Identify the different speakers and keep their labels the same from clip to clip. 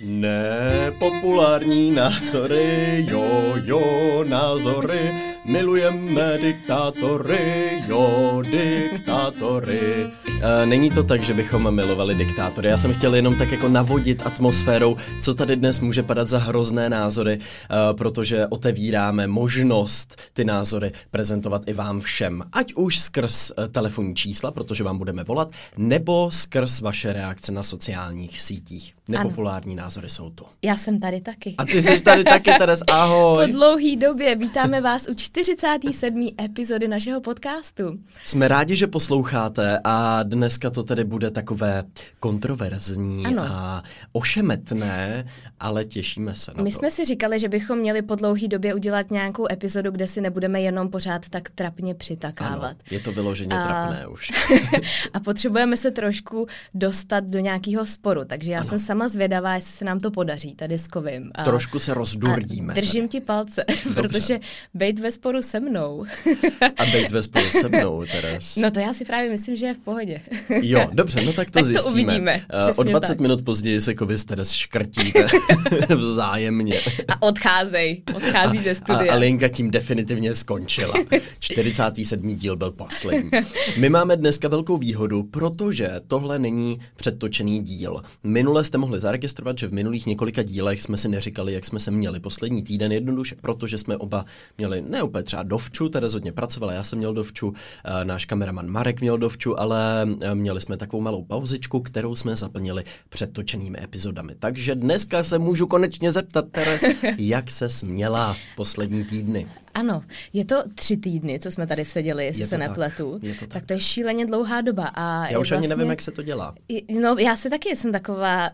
Speaker 1: Nepopulární názory, jo, názory, milujeme diktátory, jo, diktátory. Není to tak, že bychom milovali diktátory, já jsem chtěl jenom tak jako navodit atmosférou, co tady dnes může padat za hrozné názory, protože otevíráme možnost ty názory prezentovat i vám všem, ať už skrz telefonní čísla, protože vám budeme volat, nebo skrz vaše reakce na sociálních sítích. Nepopulární názory jsou to.
Speaker 2: Já jsem tady taky.
Speaker 1: A ty jsi tady taky, Teres, ahoj.
Speaker 2: Po dlouhý době vítáme vás u 47. epizody našeho podcastu.
Speaker 1: Jsme rádi, že posloucháte a dneska to tedy bude takové kontroverzní a ošemetné, ale těšíme se na to.
Speaker 2: My jsme si říkali, že bychom měli po dlouhý době udělat nějakou epizodu, kde si nebudeme jenom pořád tak trapně přitakávat.
Speaker 1: Ano, je to vyloženě trapné už.
Speaker 2: A potřebujeme se trošku dostat do nějakého sporu, takže já jsem sama zvědavá, jestli se nám to podaří tady s Kovim.
Speaker 1: Trošku se rozdurdíme.
Speaker 2: Držím ti palce, protože bejt ve sporu se mnou.
Speaker 1: A bejt ve sporu se mnou, Teres.
Speaker 2: No to já si právě myslím, že je v pohodě.
Speaker 1: Jo, dobře, no tak to zjistíme.
Speaker 2: To uvidíme.
Speaker 1: O 20 tak. minut později se Kovi s Teres škrtíte vzájemně.
Speaker 2: A odchází ze studia.
Speaker 1: A Linka tím definitivně skončila. 47. díl byl poslední. My máme dneska velkou výhodu, protože tohle není předtočený díl. Minule jste mohli zaregistrovat, že v minulých několika dílech jsme si neříkali, jak jsme se měli poslední týden, jednoduše, protože jsme oba měli ne úplně třeba dovču, Teres hodně pracovala, já jsem měl dovču, náš kameraman Marek měl dovču, ale měli jsme takovou malou pauzičku, kterou jsme zaplnili předtočenými epizodami. Takže dneska se můžu konečně zeptat, Teres, jak se směla poslední týdny?
Speaker 2: Ano, je to 3 týdny, co jsme tady seděli, jestli se nepletu. Tak to je šíleně dlouhá doba. A
Speaker 1: já už ani nevím, jak se to dělá.
Speaker 2: No, já si taky jsem taková,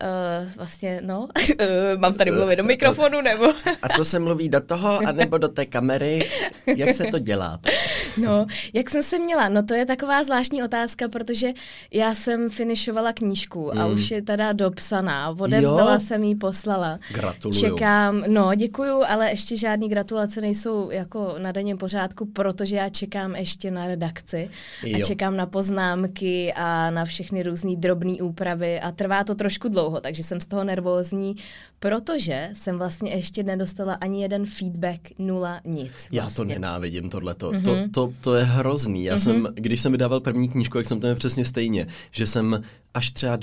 Speaker 2: mám tady mluvit do mikrofonu, nebo?
Speaker 1: A to se mluví do toho, anebo do té kamery? Jak se to dělá?
Speaker 2: No, jak jsem se měla? No, to je taková zvláštní otázka, protože já jsem finišovala knížku a už je teda dopsaná. Odevzdala jsem ji, poslala.
Speaker 1: Gratuluju.
Speaker 2: Čekám, děkuju, ale ještě žádný gratulace nejsou jako na denním pořádku, protože já čekám ještě na redakci a čekám na poznámky a na všechny různý drobné úpravy a trvá to trošku dlouho, takže jsem z toho nervózní, protože jsem vlastně ještě nedostala ani jeden feedback, 0, nic. Vlastně.
Speaker 1: Já to nenávidím, tohleto. To je hrozný. Já jsem, když jsem vydával první knížku, jak jsem to měl přesně stejně, že jsem až třeba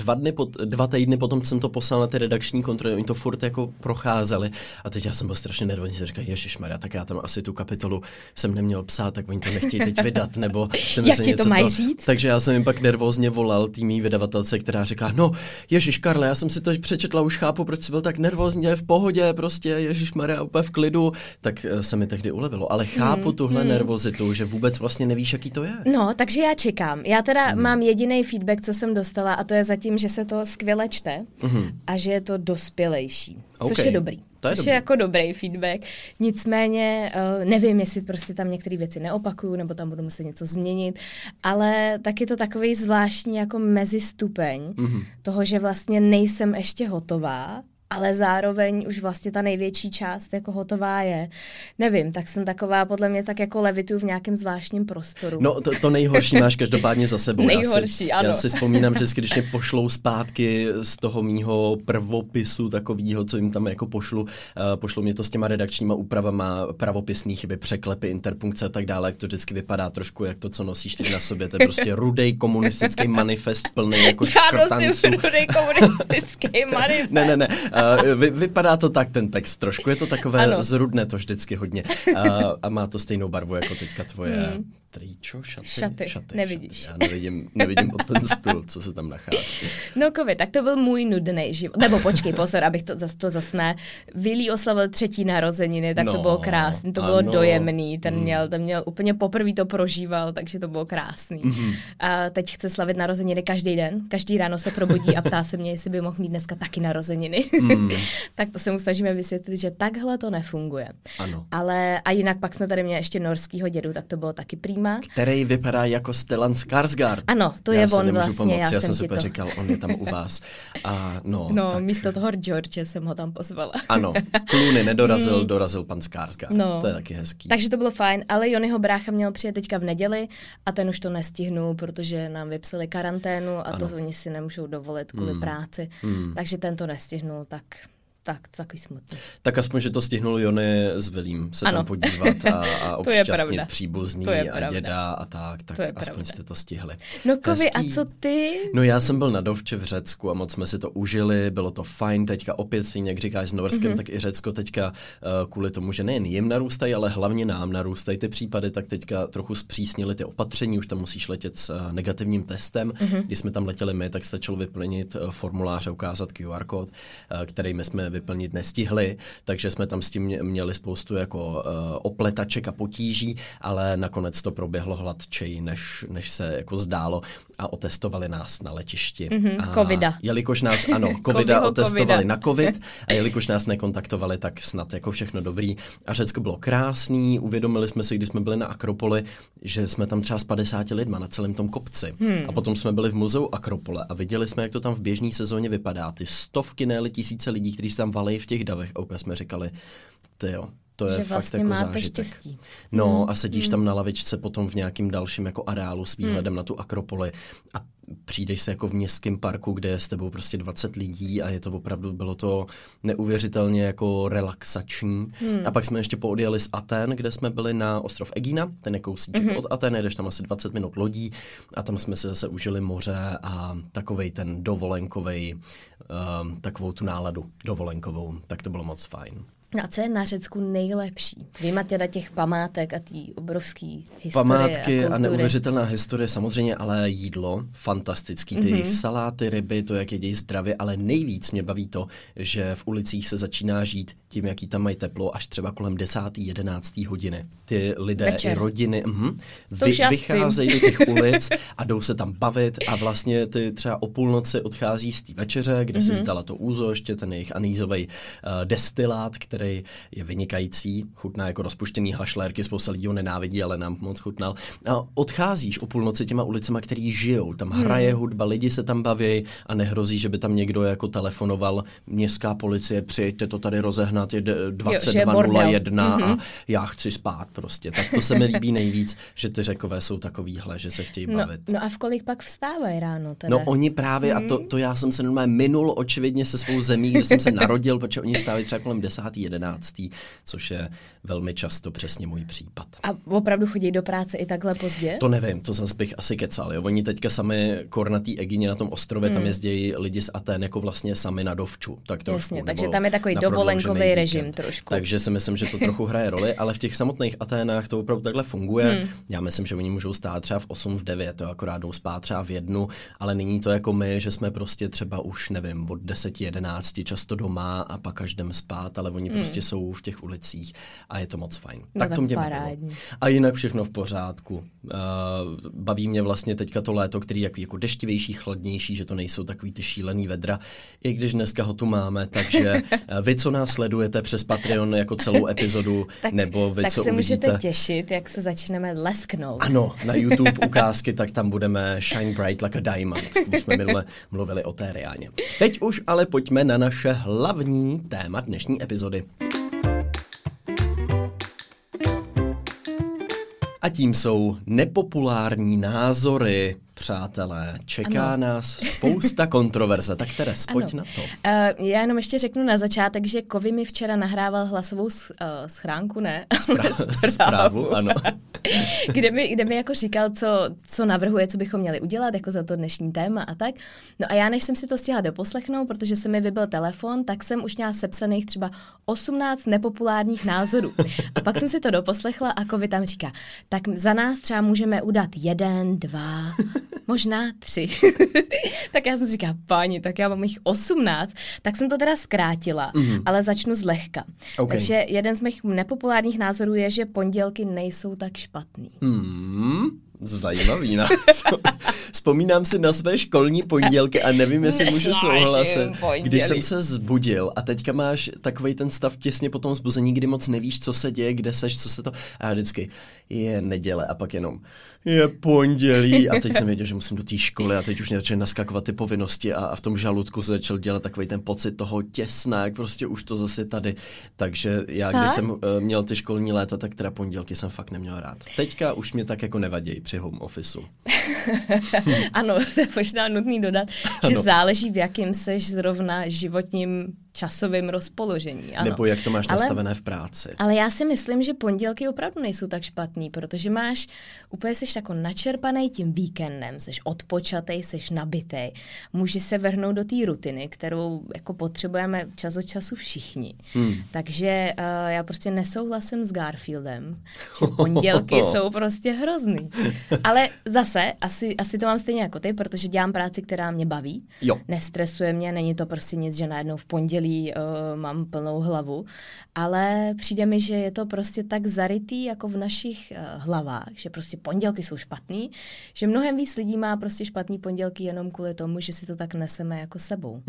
Speaker 1: 2 týdny potom jsem to poslal na ty redakční kontroly, oni to furt jako procházeli a teď já jsem byl strašně nervózní, jsem říkal, ježišmarja, tak já tam asi tu kapitolu jsem neměl psát, tak oni to nechtějí teď vydat, nebo jsem
Speaker 2: jak ti to mají říct?
Speaker 1: Takže já jsem jim pak nervózně volal týmí vydavatelce, která říká, no ježiš Karle, já jsem si to přečetla, už chápu, proč jsi byl tak nervózní, v pohodě, prostě ježišmarja, úplně v klidu, tak se mi tehdy ulevilo, ale chápu tuhle nervozitu, že vůbec vlastně nevíš, jaký to je.
Speaker 2: No, takže já čekám. Já teda mám jediný feedback, co jsem dostala, a to je zatím, že se to skvěle čte a že je to dospělejší, což je dobrý. Což je jako dobrý feedback. Nicméně nevím, jestli prostě tam některé věci neopakuju, nebo tam budu muset něco změnit, ale tak je to takový zvláštní jako mezistupeň toho, že vlastně nejsem ještě hotová, ale zároveň už vlastně ta největší část jako hotová je. Nevím, tak jsem taková, podle mě tak jako levituju v nějakém zvláštním prostoru.
Speaker 1: No to nejhorší máš každopádně za sebou.
Speaker 2: Nejhorší, ano.
Speaker 1: Já si vzpomínám vždycky, když mě pošlou zpátky z toho mýho prvopisu takovýho, co jim tam jako pošlu mě to s těma redakčníma úpravama, pravopisný chyby, překlepy, interpunkce a tak dále, jak to vždycky vypadá trošku jak to, co nosíš teď na sobě. To je prostě rudej komunistický manifest plný jako škrtanců. Já nosím
Speaker 2: rudej komunistický manifest.
Speaker 1: Ne. Vypadá to tak ten text trošku, je to takové zrudné to vždycky hodně a má to stejnou barvu jako teďka tvoje tričo, šaty.
Speaker 2: Nevidíš.
Speaker 1: Já nevidím pod ten stůl, co se tam nachází.
Speaker 2: No Kovi, tak to byl můj nudný život. Nebo počkej, pozor, abych to zas ne. Willy oslavil 3. narozeniny, tak to bylo krásný, to bylo dojemný, ten měl úplně poprvé to prožíval, takže to bylo krásný. A teď chce slavit narozeniny každý den, každý ráno se probudí a ptá se mě, jestli by mohl mít dneska taky narozeniny. Tak to se mu snažíme vysvětlit, že takhle to nefunguje.
Speaker 1: Ano.
Speaker 2: Ale a jinak pak jsme tady měli ještě norskýho dědu, tak to bylo taky prýma.
Speaker 1: Který vypadá jako Stellan Skarsgård.
Speaker 2: Ano, to je on vlastně.
Speaker 1: Pomoct. Já jsem si říkal, on je tam u vás. A tak.
Speaker 2: Místo toho George jsem ho tam pozvala.
Speaker 1: Ano, Clooney nedorazil, dorazil pan Skarsgård. No. To je taky hezký.
Speaker 2: Takže to bylo fajn, ale Jonyho brácha měl přijet teďka v neděli a ten už to nestihnul, protože nám vypsali karanténu a to oni si nemůžou dovolit kvůli práci. Takže ten to nestihnul, tak Tak, takový smutný.
Speaker 1: Tak aspoň, že to stihnul Jony s Vilím se tam podívat a obšťastnit příbuzný a děda a tak aspoň pravda. Jste to stihli.
Speaker 2: No Kovi, a co ty?
Speaker 1: No já jsem byl na Dovče v Řecku a moc jsme si to užili, bylo to fajn, teďka opět stejně, jak říkáš s Norskem, tak i Řecko teďka kvůli tomu, že nejen jim narůstají, ale hlavně nám narůstají ty případy, tak teďka trochu zpřísnili ty opatření, už tam musíš letět s negativním testem. Když jsme tam letěli my, tak stačilo vyplnit formulář a ukázat QR kód, který my jsme vyplnit nestihli, takže jsme tam s tím měli spoustu jako opletaček a potíží, ale nakonec to proběhlo hladčej, než se jako zdálo a otestovali nás na letišti.
Speaker 2: Covida.
Speaker 1: Jelikož nás, covida otestovali na covid a jelikož nás nekontaktovali, tak snad jako všechno dobrý. A Řecko bylo krásný, uvědomili jsme si, když jsme byli na Akropoli, že jsme tam třeba s 50 lidma na celém tom kopci. A potom jsme byli v muzeu Akropole a viděli jsme, jak to tam v běžné sezóně vypadá. Ty stovky, ne tisíce lidí, kteří se tam valí v těch davech a úplně jsme říkali, to je
Speaker 2: že
Speaker 1: fakt
Speaker 2: vlastně
Speaker 1: jako
Speaker 2: máte
Speaker 1: zážitek.
Speaker 2: Štěstí.
Speaker 1: No a sedíš tam na lavičce potom v nějakým dalším jako areálu s výhledem na tu Akropoli a přijdeš se jako v městském parku, kde je s tebou prostě 20 lidí a je to opravdu, bylo to neuvěřitelně jako relaxační. A pak jsme ještě poodjeli z Aten, kde jsme byli na ostrov Egina, ten je kousíček od Aten, jdeš tam asi 20 minut lodí a tam jsme si zase užili moře a takovej ten dovolenkovej, takovou tu náladu dovolenkovou, tak to bylo moc fajn.
Speaker 2: No a co je na Řecku nejlepší? Vyjma teda těch památek a té obrovský historie
Speaker 1: památky
Speaker 2: a
Speaker 1: neuvěřitelná historie samozřejmě, ale jídlo, fantastický. Ty jejich saláty, ryby, to, jak jedí zdravě, ale nejvíc mě baví to, že v ulicích se začíná žít tím, jaký tam mají teplo, až třeba kolem 10. 11. hodiny. Ty lidé
Speaker 2: večer.
Speaker 1: I rodiny vycházejí do těch ulic a jdou se tam bavit a vlastně ty třeba o půlnoci odchází z té večeře, kde si zdala to úzo, ještě ten jejich anýzový destilát, který je vynikající, chutná jako rozpuštěný hašlérky, spousta lidí ho nenávidí, ale nám moc chutnal. A odcházíš o půlnoci těma ulicema, který žijou, tam hraje hudba, lidi se tam baví a nehrozí, že by tam někdo jako telefonoval, městská policie, přijďte to tady rozehnat, je 22:01 a já chci spát prostě. Tak to se mi líbí nejvíc, že ty Řekové jsou takovýhle, že se chtějí bavit.
Speaker 2: No a v kolik pak vstávají ráno teda?
Speaker 1: No oni právě, a to já jsem se normálně minul očividně se svou zemí, kde jsem se narodil, protože oni stávají třeba kolem 10. 11., což je velmi často přesně můj případ.
Speaker 2: A opravdu chodí do práce i takhle pozdě?
Speaker 1: To nevím, to zase bych asi kecal. Jo. Oni teďka sami na té Egině na tom ostrově, tam jezdí lidi z Aten jako vlastně sami na dovču. Tak trošku, jasně,
Speaker 2: takže tam je takový dovolenkový režim trošku.
Speaker 1: Takže si myslím, že to trochu hraje roli, ale v těch samotných Aténách to opravdu takhle funguje. Já myslím, že oni můžou stát třeba v 8, v 9, to akorát jdou spát třeba v 1, ale není to jako my, že jsme prostě třeba už nevím, od 10, 11 často doma a pak až jdeme spát, ale oni prostě jsou v těch ulicích a je to moc fajn.
Speaker 2: No
Speaker 1: tak to mě bavilo. A jinak všechno v pořádku. Baví mě vlastně teďka to léto, který je jako deštivější, chladnější, že to nejsou takový ty šílený vedra, i když dneska ho tu máme, takže vy, co nás sledujete přes Patreon jako celou epizodu, nebo vy,
Speaker 2: tak
Speaker 1: co
Speaker 2: se
Speaker 1: uvidíte.
Speaker 2: můžete těšit, jak se začneme lesknout.
Speaker 1: Ano, na YouTube ukázky, tak tam budeme shine bright like a diamond. Už jsme minule mluvili o té Riáně. Teď už ale pojďme na naše hlavní téma dnešní epizody. A tím jsou nepopulární názory. Přátelé, čeká nás spousta kontroverze, tak Teres, pojď na to.
Speaker 2: Já jenom ještě řeknu na začátek, že Kovy mi včera nahrával hlasovou schránku, ne?
Speaker 1: Zprávu, ano.
Speaker 2: kde mi jako říkal, co navrhuje, co bychom měli udělat, jako za to dnešní téma a tak. No a já, než jsem si to stihla doposlechnout, protože se mi vybil telefon, tak jsem už měla sepsaných třeba 18 nepopulárních názorů. A pak jsem si to doposlechla a Kovy tam říká, tak za nás třeba můžeme udat 1, 2... možná 3. Tak já jsem si říkala, páni, tak já mám jich 18. Tak jsem to teda zkrátila, ale začnu zlehka. Okay. Takže jeden z mých nepopulárních názorů je, že pondělky nejsou tak špatný.
Speaker 1: Zajímavý názor. Vzpomínám si na své školní pondělky a nevím, jestli můžu souhlasit. Když jsem se zbudil a teďka máš takovej ten stav těsně po tom zbuzení, kdy moc nevíš, co se děje, kde seš, co se to... A já vždycky je neděle a pak jenom je pondělí a teď jsem věděl, že musím do té školy a teď už mě začaly naskakovat ty povinnosti a v tom žaludku se začal dělat takovej ten pocit toho těsna, jak prostě už to zase tady. Takže já, když jsem měl ty školní léta, tak teda pondělky jsem fakt neměl rád. Teďka už mě tak jako nevadí při home officeu.
Speaker 2: Ano, to je možná nutný dodat, že záleží, v jakém seš zrovna životním časovém rozpoložení. Ano.
Speaker 1: Nebo jak to máš nastavené v práci.
Speaker 2: Ale já si myslím, že pondělky opravdu nejsou tak špatný, protože seš tako načerpanej tím víkendem, seš odpočatej, seš nabitej. Můžeš se vrhnout do té rutiny, kterou jako potřebujeme čas od času všichni. Takže já prostě nesouhlasím s Garfieldem, že pondělky jsou prostě hrozný. Ale zase, asi to mám stejně jako ty, protože dělám práci, která mě baví.
Speaker 1: Jo.
Speaker 2: Nestresuje mě, není to prostě nic, že najednou v pondělí mám plnou hlavu. Ale přijde mi, že je to prostě tak zarytý jako v našich hlavách, že prostě pondělky jsou špatný, že mnohem víc lidí má prostě špatný pondělky jenom kvůli tomu, že si to tak neseme jako sebou.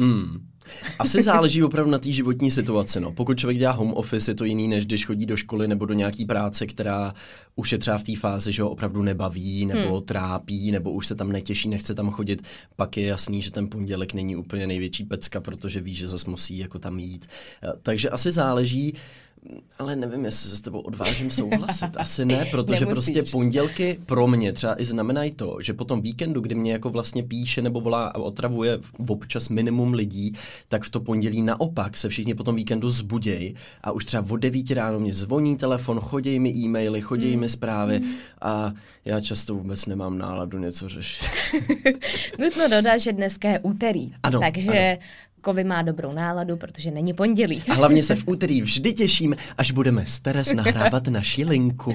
Speaker 1: Asi záleží opravdu na té životní situaci. No. Pokud člověk dělá home office, je to jiný, než když chodí do školy nebo do nějaký práce, která už je třeba v té fázi, že ho opravdu nebaví nebo trápí, nebo už se tam netěší, nechce tam chodit. Pak je jasný, že ten pondělek není úplně největší pecka, protože ví, že zase musí jako tam jít. Takže asi záleží. Ale nevím, jestli se s tebou odvážím souhlasit. Asi ne, protože prostě pondělky pro mě třeba i znamenají to, že po tom víkendu, kdy mě jako vlastně píše nebo volá a otravuje občas minimum lidí, tak v to pondělí naopak se všichni po tom víkendu zbudějí a už třeba od 9 ráno mě zvoní telefon, chodí mi e-maily, chodí mi zprávy a já často vůbec nemám náladu něco řešit.
Speaker 2: Nutno dodat, že dneska je úterý,
Speaker 1: ano,
Speaker 2: takže Kovy má dobrou náladu, protože není pondělí.
Speaker 1: A hlavně se v úterý vždy těším, až budeme s Teres nahrávat naši linku.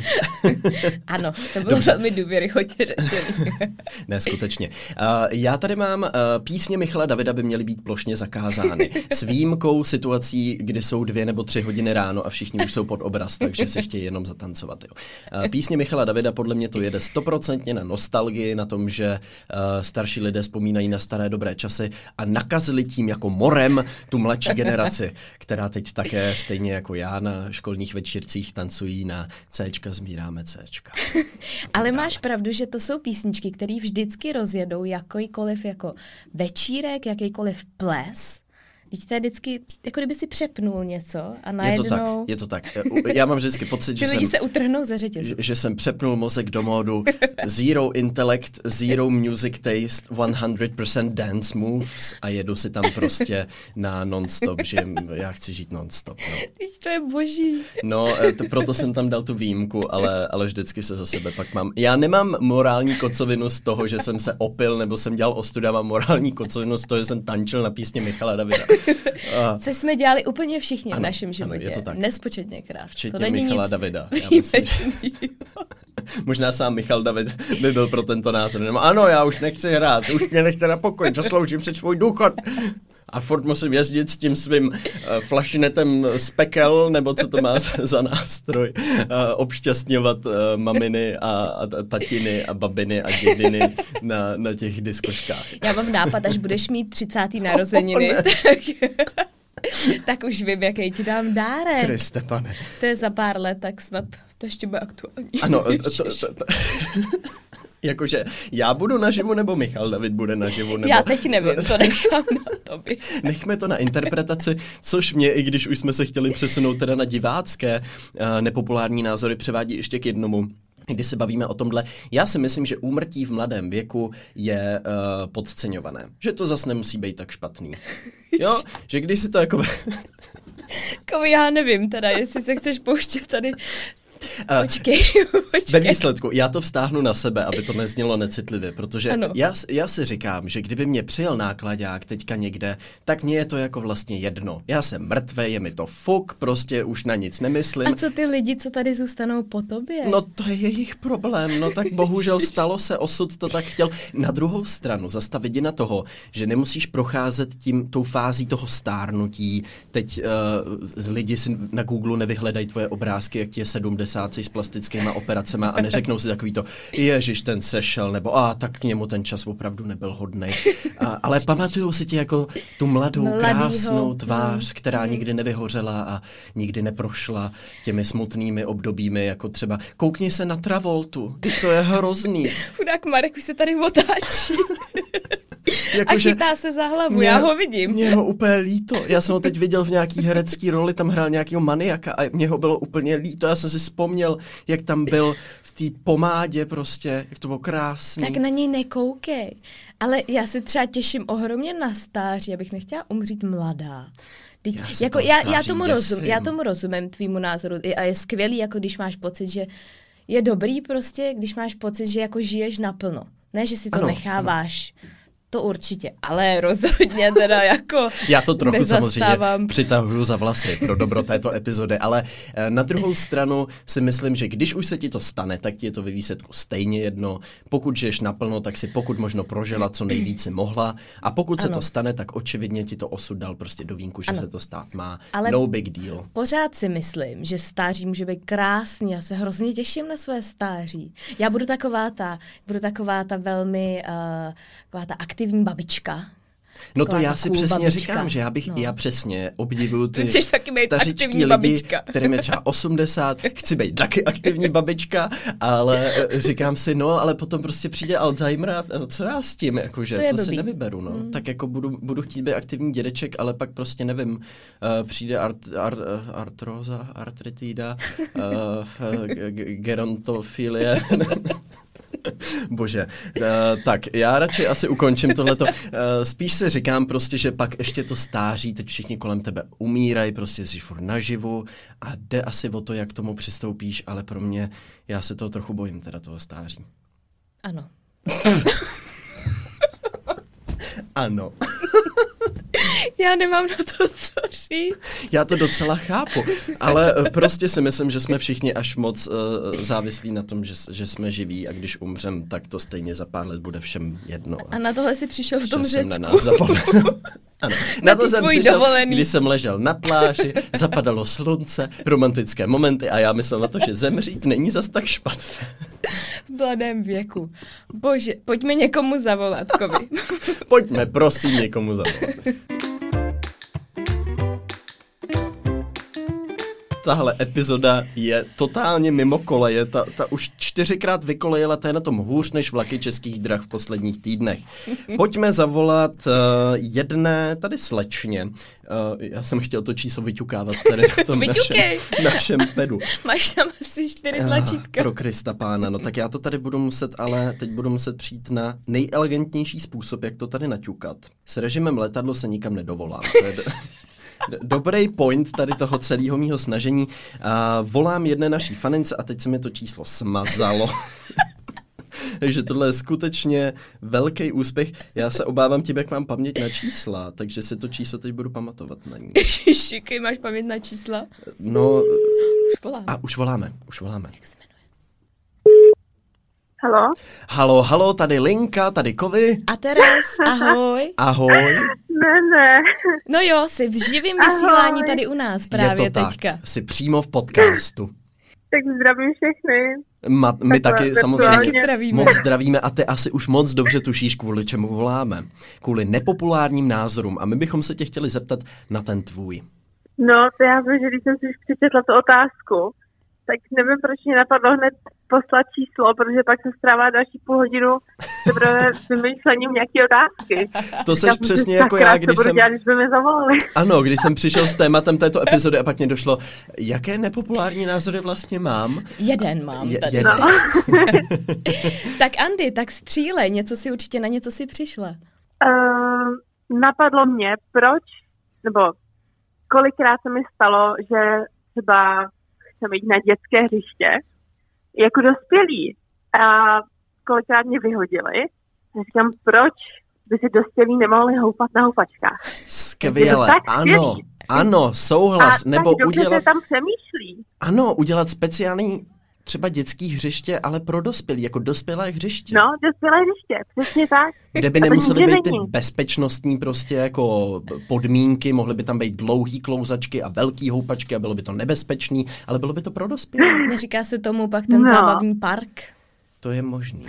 Speaker 2: Ano, to bylo velmi důvěryhodně řečený.
Speaker 1: Ne, skutečně. Já tady mám písně Michala Davida by měly být plošně zakázány. S výjimkou situací, kdy jsou 2 nebo 3 hodiny ráno a všichni už jsou pod obraz, takže si chtějí jenom zatancovat. Jo. Písně Michala Davida podle mě to jede 100% na nostalgii, na tom, že starší lidé vzpomínají na staré dobré časy a nakazili tím jako morem tu mladší generaci, která teď také stejně jako já na školních večírcích tancují na Cčka, zmíráme Cčka.
Speaker 2: Ale máš pravdu, že to jsou písničky, které vždycky rozjedou jakýkoliv jako večírek, jakýkoliv ples. Teď to je vždycky, jako kdyby si přepnul něco a najednou...
Speaker 1: Je to tak. Já mám vždycky pocit, že
Speaker 2: lidi se utrhnou ze řetězu.
Speaker 1: Že jsem přepnul mozek do módu zero intellect, zero music taste, 100% dance moves a jedu si tam prostě na non-stop, že já chci žít non-stop. No.
Speaker 2: Teď to je boží.
Speaker 1: No, proto jsem tam dal tu výjimku, ale vždycky se za sebe pak mám. Já nemám morální kocovinu z toho, že jsem se opil nebo jsem dělal ostuda, mám morální kocovinu z toho, že jsem tančil na písně Michala Davida.
Speaker 2: Což jsme dělali úplně všichni v našem životě.
Speaker 1: Je to tak.
Speaker 2: Nespočetněkrát.
Speaker 1: Včetně Michala Davida. Možná sám Michal David by byl pro tento názor. Ano, já už nechci hrát, už mě nechte na pokoj, zasloužím si svůj důchod. A furt musím jezdit s tím svým flašinetem z pekel, nebo co to má za nástroj, obšťastňovat maminy a tatiny a babiny a dědiny na těch diskoškách.
Speaker 2: Já mám nápad, až budeš mít 30. narozeniny, tak už vím, jaký ti dám dárek.
Speaker 1: Kriste, pane.
Speaker 2: To je za pár let, tak snad to ještě bude aktuální.
Speaker 1: Ano, jakože já budu naživu, nebo Michal David bude naživu? Nebo...
Speaker 2: Já teď nevím, to nechám na tobě.
Speaker 1: Nechme to na interpretaci, což mě, i když už jsme se chtěli přesunout teda na divácké nepopulární názory, převádí ještě k jednomu. Když se bavíme o tomhle, já si myslím, že úmrtí v mladém věku je podceňované. Že to zas nemusí být tak špatný. Jo, že když si to jako...
Speaker 2: Já nevím teda, jestli se chceš pouštět tady... Počkej.
Speaker 1: Ve výsledku, já to vztáhnu na sebe, aby to neznělo necitlivě, protože já si říkám, že kdyby mě přijel nákladák teďka někde, tak mně je to jako vlastně jedno. Já jsem mrtvej, je mi to fuk, prostě už na nic nemyslím.
Speaker 2: A co ty lidi, co tady zůstanou po tobě?
Speaker 1: No to je jejich problém, no tak bohužel stalo se, osud to tak chtěl. Na druhou stranu, zas ta vidina toho, že nemusíš procházet tou fází toho stárnutí, teď lidi si na Google nevyhledají tvoje obrázky, jak ti je 70 s plastickýma operacema a neřeknou si takový to, ježiš, ten sešel, nebo tak k němu ten čas opravdu nebyl hodnej. Ale pamatujou si ti jako tu mladou, krásnou tvář, která nikdy nevyhořela a nikdy neprošla těmi smutnými obdobími, jako třeba koukni se na Travoltu, to je hrozný.
Speaker 2: Chudák Marek už se tady otáčí. A chytá se za hlavu, já ho vidím.
Speaker 1: Mě ho úplně líto. Já jsem ho teď viděl v nějaký herecký roli, tam hrál nějakýho maniaka a mě ho bylo úplně líto. Já jsem si vzpomněl, jak tam byl v té pomádě prostě, jak to bylo krásný.
Speaker 2: Tak na něj nekoukej. Ale já se třeba těším ohromně na stáří, abych nechtěla umřít mladá. Já tomu rozumím, tvýmu názoru. A je skvělý, jako když máš pocit, že je dobrý prostě, když máš pocit, že jako žiješ naplno. Ne, že si to necháváš. To určitě, ale rozhodně teda jako
Speaker 1: já to trochu samozřejmě přitahuju za vlasy pro dobro této epizody, ale na druhou stranu si myslím, že když už se ti to stane, tak ti je to ve výsledku stejně jedno. Pokud žiješ naplno, tak si pokud možno prožila, co nejvíc si mohla, a pokud se to stane, tak očividně ti to osud dal prostě do vínku, že se to stát má. Ale no big deal.
Speaker 2: Pořád si myslím, že stáří může být krásný. Já se hrozně těším na své stáří. Já budu taková ta velmi taková ta aktivní babička.
Speaker 1: No to já si přesně babička. Říkám, že já přesně obdivuju ty stařičký lidi, kterým je třeba 80, chci být taky aktivní babička, ale říkám si, no, ale potom prostě přijde Alzheimer a co já s tím, jakože to si nevyberu, no. Tak jako budu chtít být aktivní dědeček, ale pak prostě nevím, přijde artróza, artritída, gerontofilie. Bože, tak já radši asi ukončím tohleto. Spíš si říkám prostě, že pak ještě to stáří, teď všichni kolem tebe umírají, prostě jsi furt naživu a jde asi o to, jak tomu přistoupíš, ale pro mě, já se toho trochu bojím, teda toho stáří.
Speaker 2: Ano.
Speaker 1: Ano.
Speaker 2: Já nemám na to co říct.
Speaker 1: Já to docela chápu, ale prostě si myslím, že jsme všichni až moc závislí na tom, že jsme živí a když umřem, tak to stejně za pár let bude všem jedno.
Speaker 2: A na tohle si přišel v tom Řecku.
Speaker 1: Na nás zapomněl. Ano. Na to jsem přišel, když jsem ležel na pláži, zapadalo slunce, romantické momenty a já myslel na to, že zemřít není zas tak špatné.
Speaker 2: V mladém věku. Bože, pojďme někomu zavolat, Kovi.
Speaker 1: Pojďme, prosím, někomu zavolat. Tahle epizoda je totálně mimo koleje, ta už 4krát vykolejela, ta je na tom hůř než vlaky Českých drah v posledních týdnech. Pojďme zavolat jedné tady slečně. Já jsem chtěl to číslo vyťukávat tady na tom našem pedu.
Speaker 2: Máš tam asi 4 tlačítka.
Speaker 1: Pro Krista pána, no tak já to tady budu muset, ale teď budu muset přijít na nejelegantnější způsob, jak to tady naťukat. S režimem letadlo se nikam nedovolám. Dobrý point tady toho celého mýho snažení. Volám jedné naší fanince a teď se mi to číslo smazalo. Takže tohle je skutečně velký úspěch. Já se obávám tím, jak mám paměť na čísla, takže si to číslo teď budu pamatovat na ní.
Speaker 2: Ježiši, máš paměť na čísla?
Speaker 1: No.
Speaker 2: Už voláme.
Speaker 1: Už voláme.
Speaker 2: Jak se jmenuje?
Speaker 1: Halo, tady Linka, tady Kovy.
Speaker 2: A Teres, ahoj.
Speaker 1: Ahoj.
Speaker 3: Ne.
Speaker 2: No jo, jsi v živém vysílání tady u nás právě teďka.
Speaker 1: Tak, jsi přímo v podcastu.
Speaker 3: Tak zdravím všechny.
Speaker 1: My taky samozřejmě moc zdravíme a ty asi už moc dobře tušíš, kvůli čemu voláme. Kvůli nepopulárním názorům a my bychom se tě chtěli zeptat na ten tvůj.
Speaker 3: No, to já jsem, že když jsem si už přečetla tu otázku, tak nevím, proč mě napadlo hned poslat číslo, protože pak se strává další půl hodinu teprve vymýšlením nějaký otázky.
Speaker 1: To seš přesně jako já, když
Speaker 3: by mě zavolali.
Speaker 1: Ano, když jsem přišel s tématem této epizody a pak mě došlo, jaké nepopulární názory vlastně mám.
Speaker 2: Jeden mám tady.
Speaker 3: No.
Speaker 2: Tak Andy, tak střílej, na něco si přišla.
Speaker 3: Napadlo mě, proč, nebo kolikrát se mi stalo, že třeba chceme jít na dětské hřiště, jako dospělí. A kolikrát mě vyhodili. A říkám, proč by si dospělí nemohli houpat na houpačkách?
Speaker 1: Skvěle, ano, souhlas.
Speaker 3: A
Speaker 1: nebo
Speaker 3: tak
Speaker 1: udělat,
Speaker 3: se tam přemýšlí.
Speaker 1: Ano, udělat speciální třeba dětský hřiště, ale pro dospělí, jako dospělé hřiště.
Speaker 3: No, dospělé hřiště, přesně tak.
Speaker 1: Kde by nemusely být ty bezpečnostní prostě jako podmínky, mohly by tam být dlouhý klouzačky a velký houpačky a bylo by to nebezpečný, ale bylo by to pro dospělé.
Speaker 2: Neříká se tomu pak ten zábavní park?
Speaker 1: to je možný.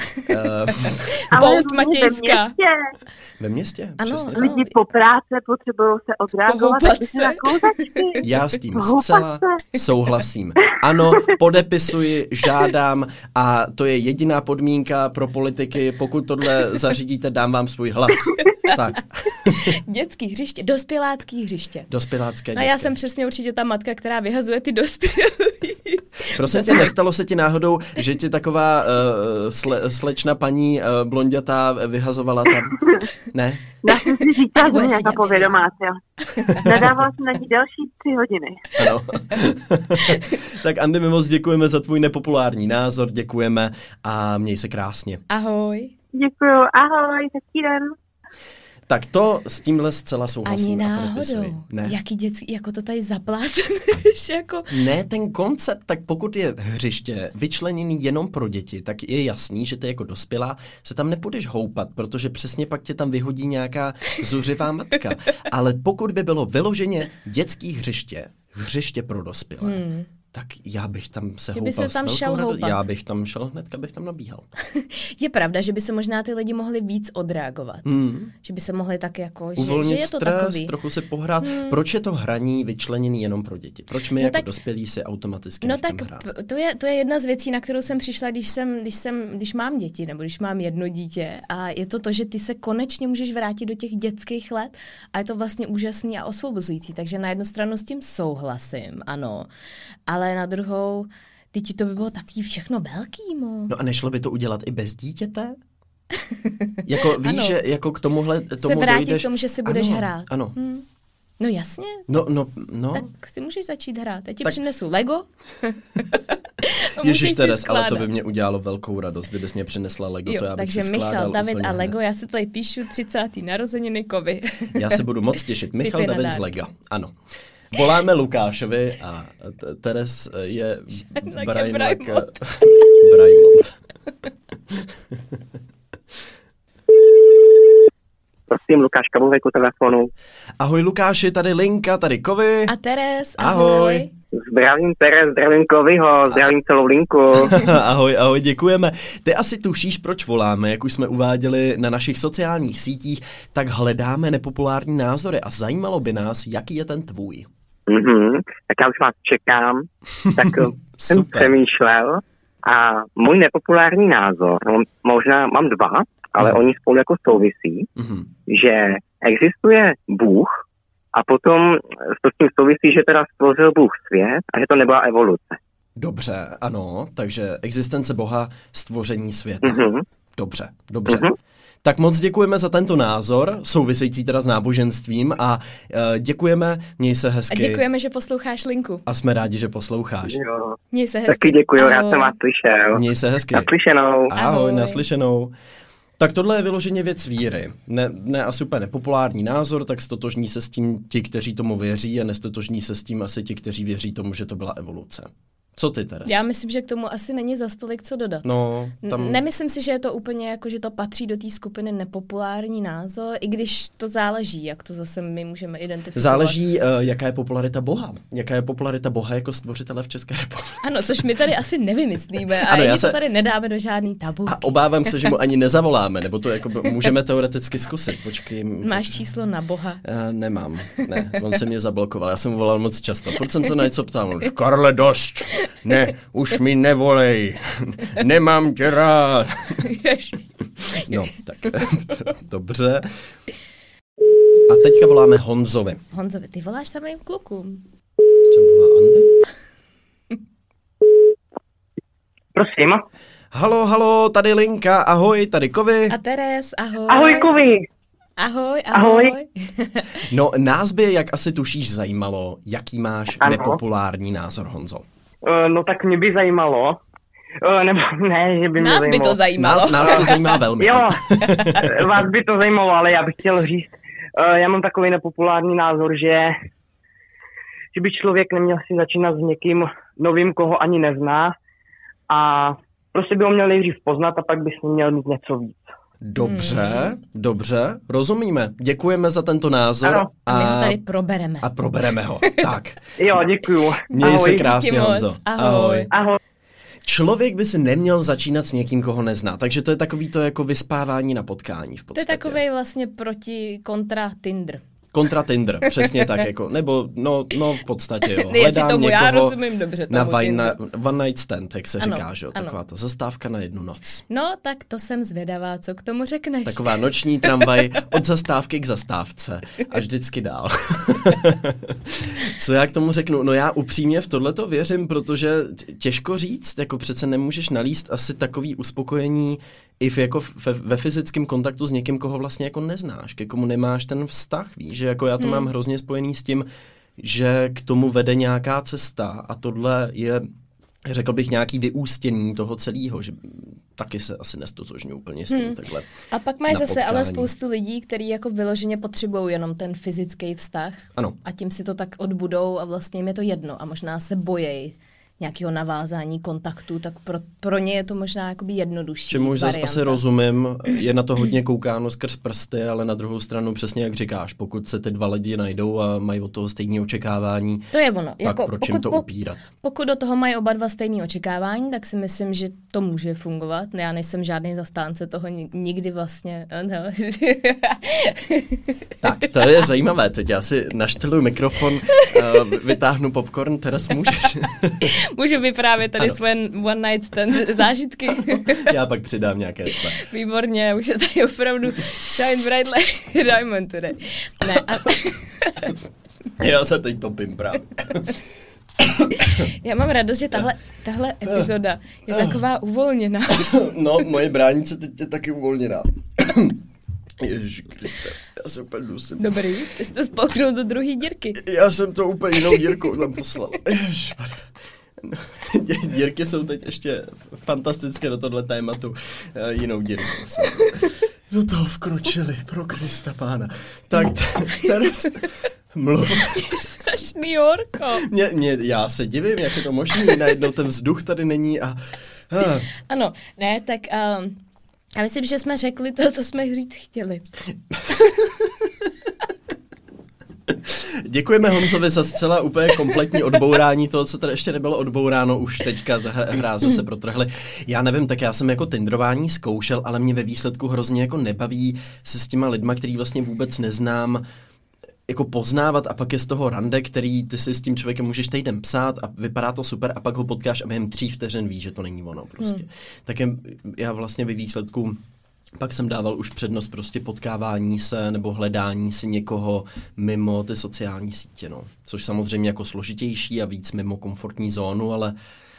Speaker 2: Pouť Matějská.
Speaker 1: Ve městě?
Speaker 2: Ano.
Speaker 3: Lidi po práce potřebují se odreagovat na kouzačky.
Speaker 1: Já s tím zcela souhlasím. Ano, podepisuji, žádám a to je jediná podmínka pro politiky. Pokud tohle zařídíte, dám vám svůj hlas. Tak.
Speaker 2: Dětský hřiště, dospělácký hřiště.
Speaker 1: Dospělácké
Speaker 2: dětské. No já jsem přesně určitě ta matka, která vyhazuje ty dospělí.
Speaker 1: Prosím tě, nestalo se ti náhodou, že ti taková slečna paní blondětá vyhazovala tam? Ne?
Speaker 3: Já jsem si říkala, že nějaká povědomá. Nadával jsem na ní další 3 hodiny.
Speaker 1: Ano. Tak Andy, my moc děkujeme za tvůj nepopulární názor, děkujeme a měj se krásně.
Speaker 2: Ahoj.
Speaker 3: Děkuju, ahoj, hezký den.
Speaker 1: Tak to s tímhle zcela souhlasím.
Speaker 2: Ani náhodou.
Speaker 1: Ne.
Speaker 2: Jaký dětský, jako to tady zaplácené. jako...
Speaker 1: Ne, ten koncept, tak pokud je hřiště vyčleněný jenom pro děti, tak je jasný, že ty jako dospělá se tam nepůjdeš houpat, protože přesně pak tě tam vyhodí nějaká zuřivá matka. Ale pokud by bylo vyloženě dětský hřiště pro dospělé, tak já bych tam se houpal já bych tam šel hnedka, bych tam nabíhal.
Speaker 2: Je pravda, že by se možná ty lidi mohli víc odreagovat. Že by se mohli tak jako,
Speaker 1: uvolnit
Speaker 2: že je to
Speaker 1: stres,
Speaker 2: takový.
Speaker 1: Trochu si pohrát. Proč je to hraní vyčleněný jenom pro děti? Proč my jako dospělí si automaticky nechceme hrát?
Speaker 2: To je jedna z věcí, na kterou jsem přišla, když mám děti, nebo když mám jedno dítě. A je to, že ty se konečně můžeš vrátit do těch dětských let a je to vlastně úžasný a osvobozující. Takže na jednu stranu s tím souhlasím, ano. Ale na druhou, to by bylo taky všechno velkýmu.
Speaker 1: No a nešlo by to udělat i bez dítěte? Jako víš, že jako k tomuhle tomu
Speaker 2: se vrátit
Speaker 1: dojdeš...
Speaker 2: k tomu, že si budeš hrát.
Speaker 1: Ano.
Speaker 2: No jasně.
Speaker 1: No.
Speaker 2: Tak si můžeš začít hrát. Já ti přinesu Lego.
Speaker 1: Ježiš Teres, ale to by mě udělalo velkou radost, kdybys mě přinesla Lego,
Speaker 2: jo,
Speaker 1: to já bych
Speaker 2: takže
Speaker 1: si skládal.
Speaker 2: Michal, David a Lego,
Speaker 1: hned.
Speaker 2: já si tady píšu 30. narozeniny Kovy.
Speaker 1: Já se budu moc těšit. Michal David z Lega, ano. Voláme Lukášovi a Teres je Braimont.
Speaker 4: Prosím, Lukáš Kabovek u telefonu.
Speaker 1: Ahoj Lukáši, tady Linka, tady Kovy.
Speaker 2: A Teres, ahoj.
Speaker 4: Zdravím Teres, zdravím Kovyho, zdravím celou Linku.
Speaker 1: Ahoj, děkujeme. Ty asi tušíš, proč voláme, jak už jsme uváděli na našich sociálních sítích, tak hledáme nepopulární názory a zajímalo by nás, jaký je ten tvůj.
Speaker 4: Tak já už vás čekám, tak jsem přemýšlel a můj nepopulární názor, možná mám 2, ale oni spolu jako souvisí, že existuje Bůh a potom to s tím souvisí, že teda stvořil Bůh svět a že to nebyla evoluce.
Speaker 1: Dobře, ano, takže existence Boha, stvoření světa. Dobře. Tak moc děkujeme za tento názor, související teda s náboženstvím a děkujeme, měj se hezky.
Speaker 2: A děkujeme, že posloucháš Linku.
Speaker 1: A jsme rádi, že posloucháš.
Speaker 4: Jo.
Speaker 2: Měj se hezky.
Speaker 4: Taky děkuju, rád jsem vás slyšel.
Speaker 1: Měj se hezky.
Speaker 4: Naslyšenou.
Speaker 1: Ahoj, naslyšenou. Tak tohle je vyloženě věc víry. Ne asi úplně nepopulární názor, tak stotožní se s tím ti, kteří tomu věří a nestotožní se s tím asi ti, kteří věří tomu, že to byla evoluce. Co ty, Teres?
Speaker 2: Já myslím, že k tomu asi není za stolik co dodat.
Speaker 1: No,
Speaker 2: Nemyslím si, že je to úplně jako, že to patří do té skupiny nepopulární názor, i když to záleží, jak to zase my můžeme identifikovat.
Speaker 1: Záleží, jaká je popularita Boha. Jaká je popularita Boha jako stvořitele v České republice.
Speaker 2: Ano, což my tady asi nevymyslíme a ani to tady nedáme do žádný tabulky.
Speaker 1: A obávám se, že mu ani nezavoláme, nebo to jako můžeme teoreticky zkusit. Počkej.
Speaker 2: Máš číslo na Boha?
Speaker 1: Nemám, ne, on se mě zablokoval, já jsem mu volal moc často. Furt jsem se na něco ptal, Karle, dost. Ne, už mi nevolej. Nemám tě rád. No, tak dobře. A teďka voláme Honzovi.
Speaker 2: Honzovi, ty voláš samým klukům.
Speaker 1: Co volá Andy?
Speaker 4: Prosím.
Speaker 1: Halo, tady Linka, ahoj, tady Kovy.
Speaker 2: A Teres, ahoj.
Speaker 4: Ahoj, Kovy.
Speaker 2: Ahoj.
Speaker 1: No, nás by, jak asi tušíš, zajímalo, jaký máš nepopulární názor, Honzo.
Speaker 4: No tak mě by zajímalo, nebo ne, že by mě
Speaker 2: nás
Speaker 4: zajímalo.
Speaker 2: By to zajímalo.
Speaker 1: Nás to zajímá velmi.
Speaker 4: Jo, vás by to zajímalo, ale já bych chtěl říct, já mám takový nepopulární názor, že by člověk neměl si začínat s někým novým, koho ani nezná a prostě by ho měl nejdřív poznat a pak by si měl mít něco víc. Dobře, rozumíme. Děkujeme za tento názor.
Speaker 2: Ano. A my ho tady probereme.
Speaker 1: A probereme ho, tak.
Speaker 4: Jo, děkuju.
Speaker 1: Měj se krásně, Honzo.
Speaker 2: Ahoj.
Speaker 1: Člověk by si neměl začínat s někým, koho nezná, takže to je takový to jako vyspávání na potkání v podstatě.
Speaker 2: To je takovej vlastně kontra Tinder.
Speaker 1: Kontra Tinder, přesně tak, jako, nebo no v podstatě, jo.
Speaker 2: Hledám tomu, já rozumím dobře tomu
Speaker 1: na one night stand, jak se říká, že jo, taková ta zastávka na jednu noc.
Speaker 2: No, tak to jsem zvědavá, co k tomu řekneš.
Speaker 1: Taková noční tramvaj od zastávky k zastávce a vždycky dál. Co já k tomu řeknu? No já upřímně v tohleto věřím, protože těžko říct, jako přece nemůžeš nalíst asi takový uspokojení i ve fyzickém kontaktu s někým, koho vlastně jako neznáš, ke komu nemáš ten vztah, víš, že jako já to mám hrozně spojený s tím, že k tomu vede nějaká cesta a tohle je, řekl bych, nějaký vyústění toho celého, že taky se asi nestotožňuji úplně s tím takhle.
Speaker 2: A pak máš zase ale spoustu lidí, kteří jako vyloženě potřebují jenom ten fyzický vztah.
Speaker 1: Ano.
Speaker 2: A tím si to tak odbudou a vlastně jim je to jedno a možná se bojejí nějakého navázání kontaktu, tak pro ně je to možná jakoby jednodušší.
Speaker 1: Čemu už zase asi rozumím, je na to hodně koukáno skrz prsty, ale na druhou stranu přesně jak říkáš, pokud se ty dva lidi najdou a mají od toho stejné očekávání,
Speaker 2: to je ono.
Speaker 1: Tak
Speaker 2: jako,
Speaker 1: proč jim to upírat?
Speaker 2: Pokud do toho mají oba dva stejné očekávání, tak si myslím, že to může fungovat. Já nejsem žádný zastánce toho nikdy vlastně. No.
Speaker 1: Tak, to je zajímavé. Teď já si našteluji mikrofon, vytáhnu popcorn, teraz můžeš.
Speaker 2: Můžu vyprávět tady svoje one night stand zážitky.
Speaker 1: Já pak přidám nějaké své.
Speaker 2: Výborně, už se tady opravdu shine bright like diamond today. Ne,
Speaker 1: Já se teď topím právě.
Speaker 2: Já mám radost, že tahle epizoda je taková uvolněná.
Speaker 1: No, moje bránice teď je taky uvolněná. Ježiši Kriste, já se úplně dusím.
Speaker 2: Dobrý, ty jsi to spolknul do druhé dírky.
Speaker 1: Já jsem to úplně jinou dírkou tam poslal. Ježišmarja. Dírky jsou teď ještě fantastické do tohle tématu. Jinou dírkou jsou do toho vkročili, pro Krista pána. Tak teraz mluv.
Speaker 2: Strašný horko.
Speaker 1: Já se divím, jak je to možný, najednou ten vzduch tady není a...
Speaker 2: Ano, ne, tak já myslím, že jsme řekli to, co jsme říct chtěli.
Speaker 1: Děkujeme Honzovi za zcela úplně kompletní odbourání toho, co tady ještě nebylo odbouráno, už teďka hráze se protrhly. Já nevím, tak já jsem jako tindrování zkoušel, ale mě ve výsledku hrozně jako nebaví se s těma lidma, který vlastně vůbec neznám, jako poznávat a pak je z toho rande, který ty si s tím člověkem můžeš týden psát a vypadá to super a pak ho potkáš a během 3 vteřin víš, že to není ono prostě. Tak já vlastně ve výsledku pak jsem dával už přednost prostě potkávání se nebo hledání si někoho mimo ty sociální sítě, no. Což samozřejmě jako složitější a víc mimo komfortní zónu, ale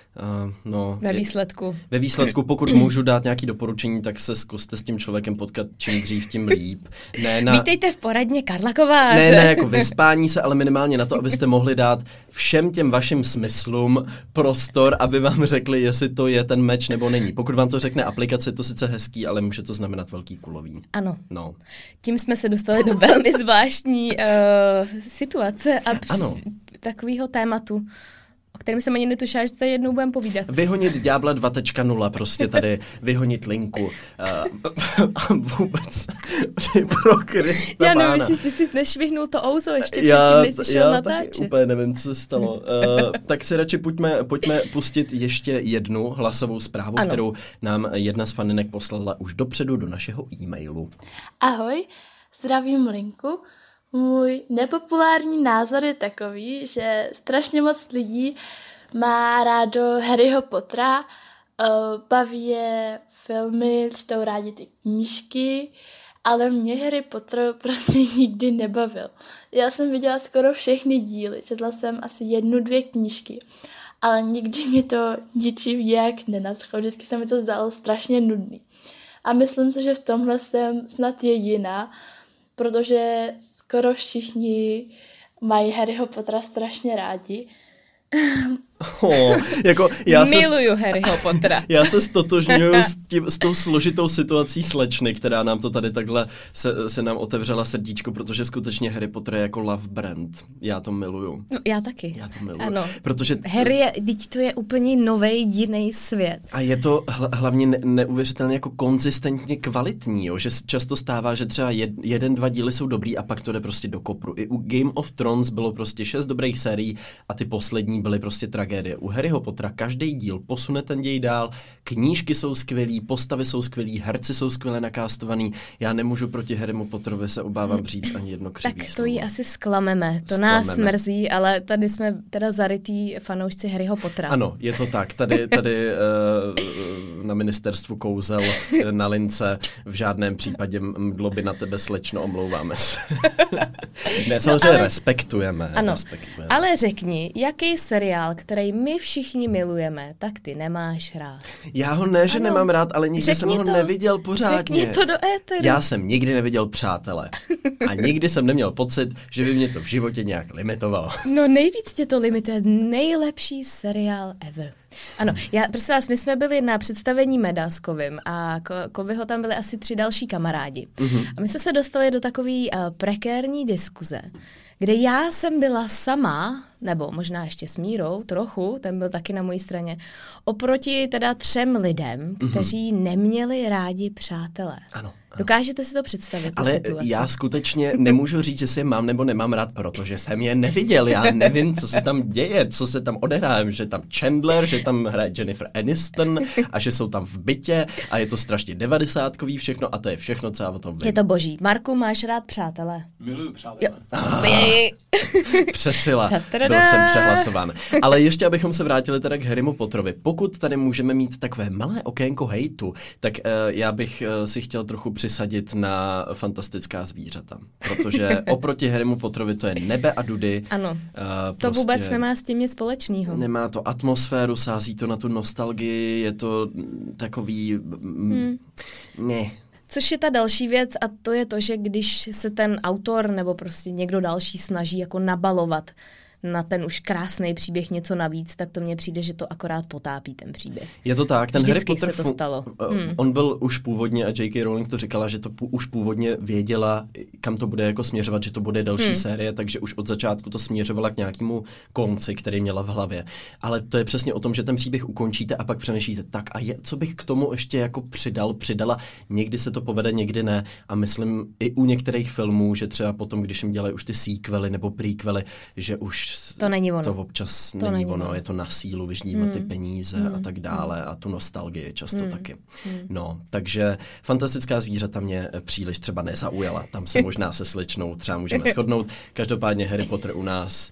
Speaker 1: Ve výsledku, pokud můžu dát nějaké doporučení, tak se zkuste s tím člověkem potkat čím dřív, tím líp.
Speaker 2: Vítejte v poradně Karla Kováře.
Speaker 1: Ne jako vyspání se, ale minimálně na to, abyste mohli dát všem těm vašim smyslům prostor, aby vám řekli, jestli to je ten meč nebo není. Pokud vám to řekne aplikace, je to sice hezký, ale může to znamenat velký kulový.
Speaker 2: Ano.
Speaker 1: No.
Speaker 2: Tím jsme se dostali do velmi zvláštní situace a takového tématu, o kterém jsem ani netušila, že tady jednou budeme povídat.
Speaker 1: Vyhonit Ďábla 2.0, prostě tady vyhonit linku. Vůbec pro Krista
Speaker 2: Já nevím, jestli jsi nešvihnul to ouzo ještě předtím, než jsi šel natáčet.
Speaker 1: Já taky úplně nevím, co se stalo. Tak si radši pojďme pustit ještě jednu hlasovou zprávu, kterou nám jedna z faninek poslala už dopředu do našeho e-mailu.
Speaker 5: Ahoj, zdravím Linku. Můj nepopulární názor je takový, že strašně moc lidí má rádo Harryho Pottera, baví je filmy, čtou rádi ty knížky, ale mě Harry Potter prostě nikdy nebavil. Já jsem viděla skoro všechny díly, četla jsem asi 1-2 knížky, ale nikdy mi to ničím nějak nenadchlo, vždycky se mi to zdálo strašně nudný. A myslím si, že v tomhle jsem snad jediná, protože skoro všichni mají Harryho Pottera strašně rádi.
Speaker 2: Miluju Harryho Pottera.
Speaker 1: Já se stotožňuju s tou složitou situací slečny, která nám to tady takhle se nám otevřela srdíčko, protože skutečně Harry Potter je jako love brand. Já to miluju.
Speaker 2: No, já taky.
Speaker 1: Já to miluju.
Speaker 2: Ano.
Speaker 1: Protože
Speaker 2: Harry to je úplně novej, jiný svět.
Speaker 1: A je to hlavně neuvěřitelně jako konzistentně kvalitní, jo? Že často stává, že třeba 1-2 díly jsou dobrý a pak to jde prostě do kopru. I u Game of Thrones bylo prostě 6 dobrých sérií a ty poslední byly prostě tragické. tragédie. U Harryho Pottera každý díl posune ten děj dál, knížky jsou skvělý, postavy jsou skvělý, herci jsou skvěle nakástovaný. Já nemůžu proti Harrymu Potterovi se obávám říct ani jedno křivý
Speaker 2: Tak to
Speaker 1: slovo.
Speaker 2: jí asi zklameme. To nás mrzí, ale tady jsme teda zarytí fanoušci Harryho Pottera.
Speaker 1: Ano, je to tak. Tady na ministerstvu kouzel na lince v žádném případě mdlo by na tebe, slečno, omlouváme se. Ne, samozřejmě ale respektujeme.
Speaker 2: Ano, ale řekni, jaký seriál, který my všichni milujeme, tak ty nemáš rád.
Speaker 1: Já ho že nemám rád, ale nikdy jsem ho neviděl pořádně.
Speaker 2: Řekni to do éteru.
Speaker 1: Já jsem nikdy neviděl Přátele. A nikdy jsem neměl pocit, že by mě to v životě nějak limitovalo.
Speaker 2: No nejvíc tě to limituje. Nejlepší seriál ever. Ano, prosím vás, my jsme byli na představení Meda s Kovim a Kovyho tam byli asi 3 další kamarádi. A my jsme se dostali do takové prekérní diskuze, kde já jsem byla sama, nebo možná ještě s Mírou trochu, ten byl taky na mojí straně, oproti teda 3 lidem, kteří neměli rádi Přátelé.
Speaker 1: Ano.
Speaker 2: Dokážete si to představit?
Speaker 1: Ale situaci? Já skutečně nemůžu říct, že si je mám nebo nemám rád, protože jsem je neviděl. Já nevím, co se tam děje, co se tam odehrává, že tam Chandler, že tam hraje Jennifer Aniston a že jsou tam v bytě a je to strašně 90kový všechno a to je všechno, co já o tom vím.
Speaker 2: Je to boží. Marku, máš rád Přátelé?
Speaker 6: Miluju Přátelé.
Speaker 1: Přesila. Byl jsem přehlasován. Ale ještě, abychom se vrátili teda k Harrymu Potterovi. Pokud tady můžeme mít takové malé okénko hejtu, tak já bych si chtěl trochu přisadit na fantastická zvířata. Protože oproti Harrymu Potterovi to je nebe a dudy.
Speaker 2: Ano, to vůbec nemá s tím nic společného.
Speaker 1: Nemá to atmosféru, sází to na tu nostalgii, je to takový... Ne.
Speaker 2: Což je ta další věc a to je to, že když se ten autor nebo prostě někdo další snaží jako nabalovat na ten už krásný příběh něco navíc, tak to mně přijde, že to akorát potápí ten příběh.
Speaker 1: Je to tak, ten Harry Potter
Speaker 2: se to stalo.
Speaker 1: On byl už původně, a J.K. Rowling to říkala, že to už původně věděla, kam to bude jako směřovat, že to bude další série, takže už od začátku to směřovala k nějakému konci, který měla v hlavě. Ale to je přesně o tom, že ten příběh ukončíte a pak přemýšlíte, tak a co bych k tomu ještě jako přidala. Někdy se to povede, někdy ne. A myslím i u některých filmů, že třeba potom, když jim dělají už ty sequely nebo prequely, že už
Speaker 2: to není ono.
Speaker 1: To občas není ono, je to na sílu vyždímat ty peníze a tak dále a tu nostalgii často taky. No, takže fantastická zvířata mě příliš třeba nezaujala. Tam se možná se slečnou třeba můžeme shodnout. Každopádně Harry Potter u nás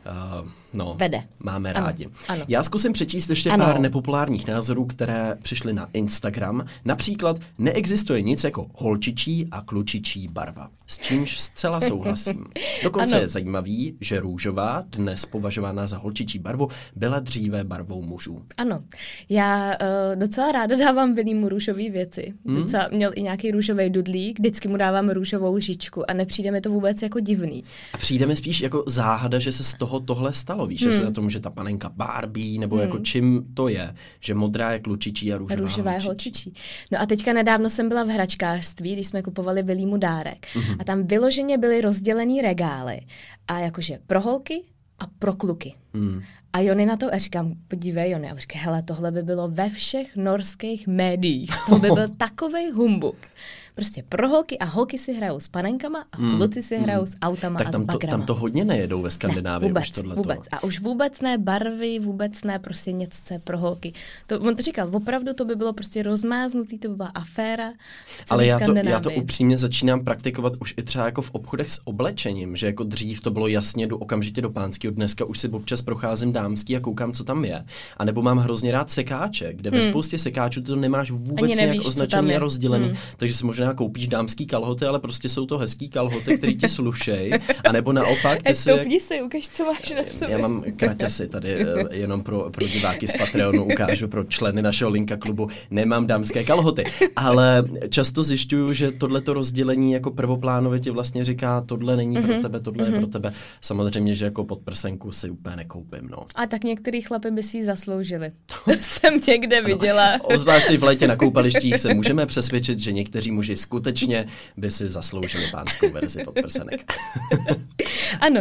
Speaker 2: vede.
Speaker 1: Máme rádi.
Speaker 2: Ano.
Speaker 1: Já zkusím přečíst ještě pár nepopulárních názorů, které přišly na Instagram. Například neexistuje nic jako holčičí a klučičí barva. S čímž zcela souhlasím. Dokonce je zajímavý, že růžová, dnes považována za holčičí barvu, byla dříve barvou mužů.
Speaker 2: Ano. Já docela ráda dávám Williamu růžové věci. Docela měl i nějaký růžový dudlík, vždycky mu dávám růžovou lžičku a nepřijde mi to vůbec jako divný.
Speaker 1: A přijde mi spíš jako záhada, že se z toho tohle stalo. Víš, že se na tom, že ta panenka Barbie, nebo jako čím to je, že modrá je klučičí a růžová je holčičí.
Speaker 2: No a teďka nedávno jsem byla v hračkářství, když jsme kupovali Williamu dárek. A tam vyloženě byly rozdělený regály. A jakože pro holky a pro kluky. A Jony na to, a říkám, podívej Jony, a říkám, hele, tohle by bylo ve všech norských médiích. To by byl takovej humbuk. Prostě pro holky a holky si hrajou s panenkama a kluci si hrajou s autama
Speaker 1: tak
Speaker 2: a s bagrama.
Speaker 1: Tam to hodně nejedou ve Skandinávii.
Speaker 2: Ne, vůbec. A už vůbec ne barvy, vůbec ne prostě něco, co je pro holky. On to říkal, opravdu to by bylo prostě rozmáznutý, to by byla aféra.
Speaker 1: Ale já to upřímně začínám praktikovat už i třeba jako v obchodech s oblečením, že jako dřív to bylo jasně, jdu okamžitě do pánského, dneska už si občas procházím dámský a koukám, co tam je. A nebo mám hrozně rád sekáče, kde ve spoustě sekáčů to nemáš vůbec nějak označený a rozdělený, takže si možná koupíš dámský kalhoty, ale prostě jsou to hezký kalhoty, který ti slušej, a nebo naopak ty
Speaker 2: si ukaž, co máš na sobě.
Speaker 1: Já mám kraťasy tady jenom pro diváky z Patreonu ukážu, pro členy našeho Linka klubu, nemám dámské kalhoty, ale často zjišťuju, že tohleto rozdělení jako prvoplánově ti vlastně říká, tohle není pro tebe, tohle je pro tebe. Samozřejmě, že jako podprsenku si úplně nekoupím, no.
Speaker 2: A tak některý chlapy by si ji zasloužili. To jsem někde viděla.
Speaker 1: Zvláště v létě na koupalištích se můžeme přesvědčit, že někteří muži skutečně by si zasloužili pánskou verzi podprsenek.
Speaker 2: Ano,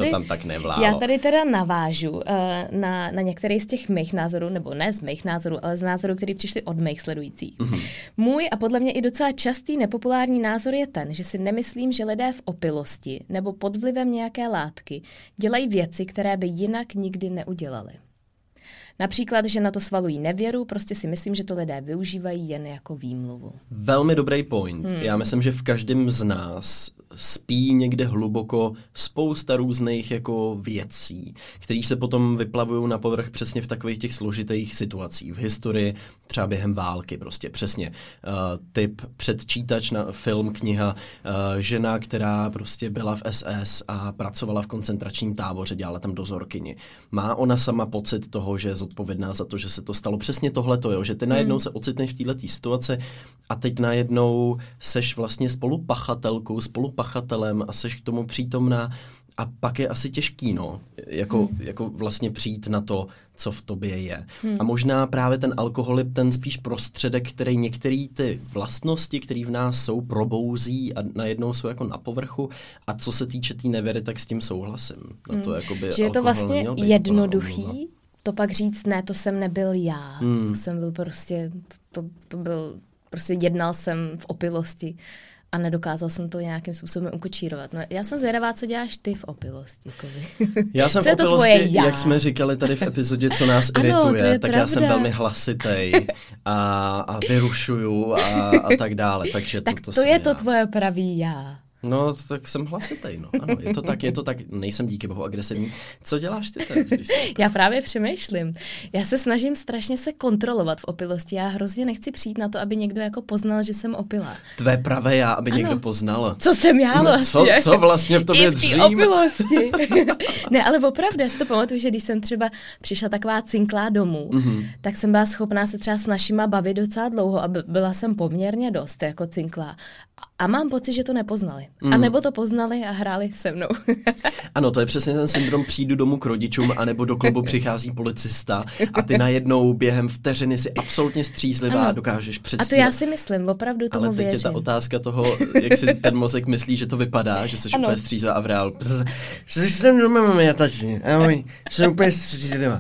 Speaker 2: já tady teda navážu na některý z těch mých názorů, nebo ne z mých názorů, ale z názorů, který přišli od mých sledujících. Můj a podle mě i docela častý nepopulární názor je ten, že si nemyslím, že lidé v opilosti nebo pod vlivem nějaké látky dělají věci, které by jinak nikdy neudělali. Například, že na to svalují nevěru, prostě si myslím, že to lidé využívají jen jako výmluvu.
Speaker 1: Velmi dobrý point. Já myslím, že v každém z nás spí někde hluboko spousta různých jako věcí, které se potom vyplavují na povrch přesně v takových těch složitých situacích. V historii, třeba během války, prostě přesně. Typ předčítač na film, kniha, žena, která prostě byla v SS a pracovala v koncentračním táboře, dělala tam dozorkyni. Má ona sama pocit toho, že je zodpovědná za to, že se to stalo přesně tohleto, jo? Že ty najednou se ocitneš v této situaci a teď najednou seš vlastně spolupachatelkou, spolupachatelem a seš k tomu přítomná a pak je asi těžký, no, jako vlastně přijít na to, co v tobě je. A možná právě ten alkohol je ten spíš prostředek, který některé ty vlastnosti, které v nás jsou, probouzí a najednou jsou jako na povrchu. A co se týče té nevěry, tak s tím souhlasím. Na to, jakoby,
Speaker 2: že je to vlastně jednoduchý, to pak říct, ne, to jsem nebyl já. To jsem byl prostě, to byl, prostě jednal jsem v opilosti. A nedokázal jsem to nějakým způsobem ukočírovat. No, já jsem zvědavá, co děláš ty v opilosti.
Speaker 1: Já jsem v opilosti, jak jsme říkali tady v epizodě, co nás irituje, tak pravda. Já jsem velmi hlasitej a vyrušuju a tak dále. Takže
Speaker 2: tak to je to tvoje pravý já.
Speaker 1: No, tak jsem hlasitej, no. Ano, je to tak, nejsem díky bohu agresivní. Co děláš ty teď?
Speaker 2: Já právě přemýšlím. Já se snažím strašně se kontrolovat v opilosti. Já hrozně nechci přijít na to, aby někdo jako poznal, že jsem opilá.
Speaker 1: Tvé pravé já, aby někdo poznal.
Speaker 2: Co jsem já vlastně?
Speaker 1: Co vlastně v tobě dřím?
Speaker 2: I v té opilosti. Ne, ale opravdu, já si to pamatuju, že když jsem třeba přišla taková cinklá domů, tak jsem byla schopná se třeba s našima bavit docela dlouho a byla jsem poměrně dost jako cinklá. A mám pocit, že to nepoznali. A nebo to poznali a hráli se mnou.
Speaker 1: Ano, to je přesně ten syndrom přijdu domů k rodičům, anebo do klubu přichází policista a ty najednou během vteřiny si absolutně střízlivá dokážeš představit.
Speaker 2: A to já si myslím, opravdu tomu věřím.
Speaker 1: Ale teď je ta otázka toho, jak si ten mozek myslí, že to vypadá, že jsi úplně střízlivá a v reálu. Jsem doma, já tačně. Jsem úplně střízlivá.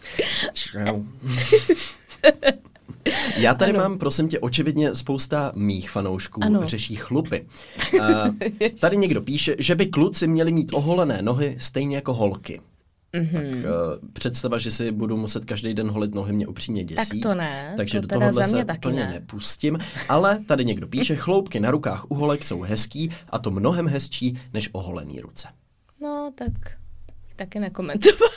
Speaker 1: Já tady mám, prosím tě, očividně spousta mých fanoušků řeší chlupy. Tady někdo píše, že by kluci měli mít oholené nohy stejně jako holky. Tak představa, že si budu muset každý den holit nohy, mě upřímně děsí.
Speaker 2: Tak to ne.
Speaker 1: Takže
Speaker 2: to
Speaker 1: do tohohle se úplně nepustím. Ale tady někdo píše, chloupky na rukách u holek jsou hezký a to mnohem hezčí než oholený ruce.
Speaker 2: No, tak taky nekomentovala.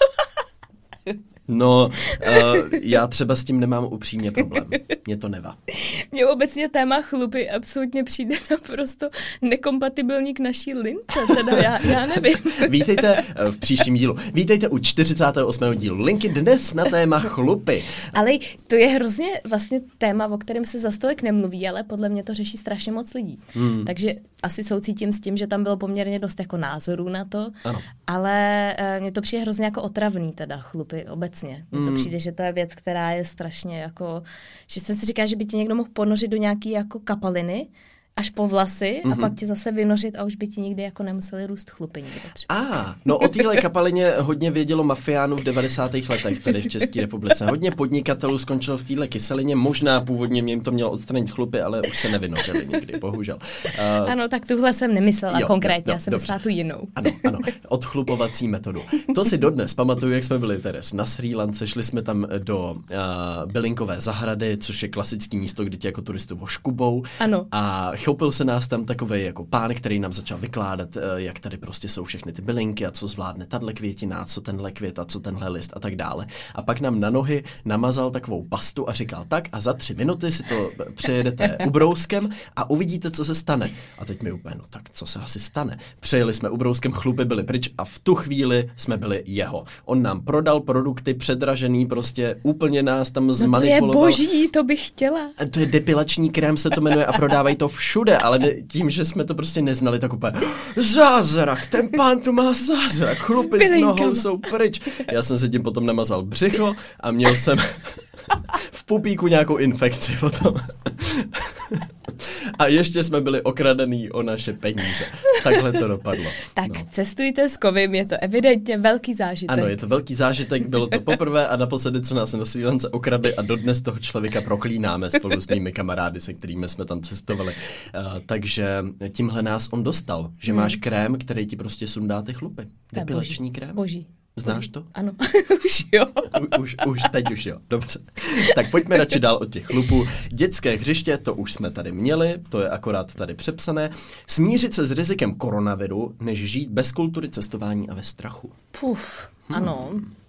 Speaker 1: No, já třeba s tím nemám upřímně problém. Mně to nevá.
Speaker 2: Mně obecně téma chlupy absolutně přijde naprosto nekompatibilní k naší lince, teda já nevím.
Speaker 1: Vítejte v příštím dílu. Vítejte u 48. dílu Linky dnes na téma chlupy.
Speaker 2: Ale to je hrozně vlastně téma, o kterém se zas tolik nemluví, ale podle mě to řeší strašně moc lidí. Takže asi soucítím s tím, že tam bylo poměrně dost jako názorů na to, ale mně to přijde hrozně jako otravný teda chlupy obecně. Mně to přijde, že to je věc, která je strašně jako, že jsem si říká, že by ti někdo mohl ponořit do nějaký jako kapaliny, až po vlasy a pak ti zase vynořit a už by ti nikdy jako nemuseli růst chlupy.
Speaker 1: No o téhle kapalině hodně vědělo mafiánů v 90. letech tady v České republice. Hodně podnikatelů skončilo v téhle kyselině, možná původně jim to mělo odstranit chlupy, ale už se nevynořili nikdy, bohužel.
Speaker 2: Ano, tak tuhle jsem nemyslela konkrétně, já jsem myslela tu jinou.
Speaker 1: Ano, odchlupovací metodu. To si dodnes pamatuju, jak jsme byli Teres na Srí Lance, šli jsme tam do bylinkové zahrady, což je klasický místo, kde tě jako turistu oškubou.
Speaker 2: Ano.
Speaker 1: A chopil se nás tam takovej jako pán, který nám začal vykládat, jak tady prostě jsou všechny ty bylinky a co zvládne tahle květina, co tenhle květ a co tenhle list a tak dále. A pak nám na nohy namazal takovou pastu a říkal tak a za 3 minuty si to přejedete ubrouskem a uvidíte, co se stane. A teď mi úplně, no tak co se asi stane? Přejeli jsme ubrouskem, chlupy byly pryč a v tu chvíli jsme byli jeho. On nám prodal produkty předražený, prostě úplně nás tam zmanipuloval.
Speaker 2: To je boží, to bych chtěla.
Speaker 1: To je depilační krém, se to jmenuje a prodávají to všude, ale my tím, že jsme to prostě neznali, tak úplně zázrak, ten pán tu má zázrak, chlupy s nohou jsou pryč. Já jsem se tím potom namazal břicho a měl jsem v pupíku nějakou infekci potom. A ještě jsme byli okradený o naše peníze. Takhle to dopadlo.
Speaker 2: Tak cestujte s kovím, je to evidentně velký zážitek.
Speaker 1: Ano, je to velký zážitek, bylo to poprvé a naposledy, co nás na Srí Lance okradli a dodnes toho člověka proklínáme spolu s mými kamarády, se kterými jsme tam cestovali. Takže tímhle nás on dostal, že máš krém, který ti prostě sundá ty chlupy. Depilační krém.
Speaker 2: Boží.
Speaker 1: Znáš to?
Speaker 2: Ano, už jo.
Speaker 1: Teď už jo, dobře. Tak pojďme radši dál od těch chlupů. Dětské hřiště, to už jsme tady měli, to je akorát tady přepsané. Smířit se s rizikem koronaviru, než žít bez kultury cestování a ve strachu.
Speaker 2: Ano.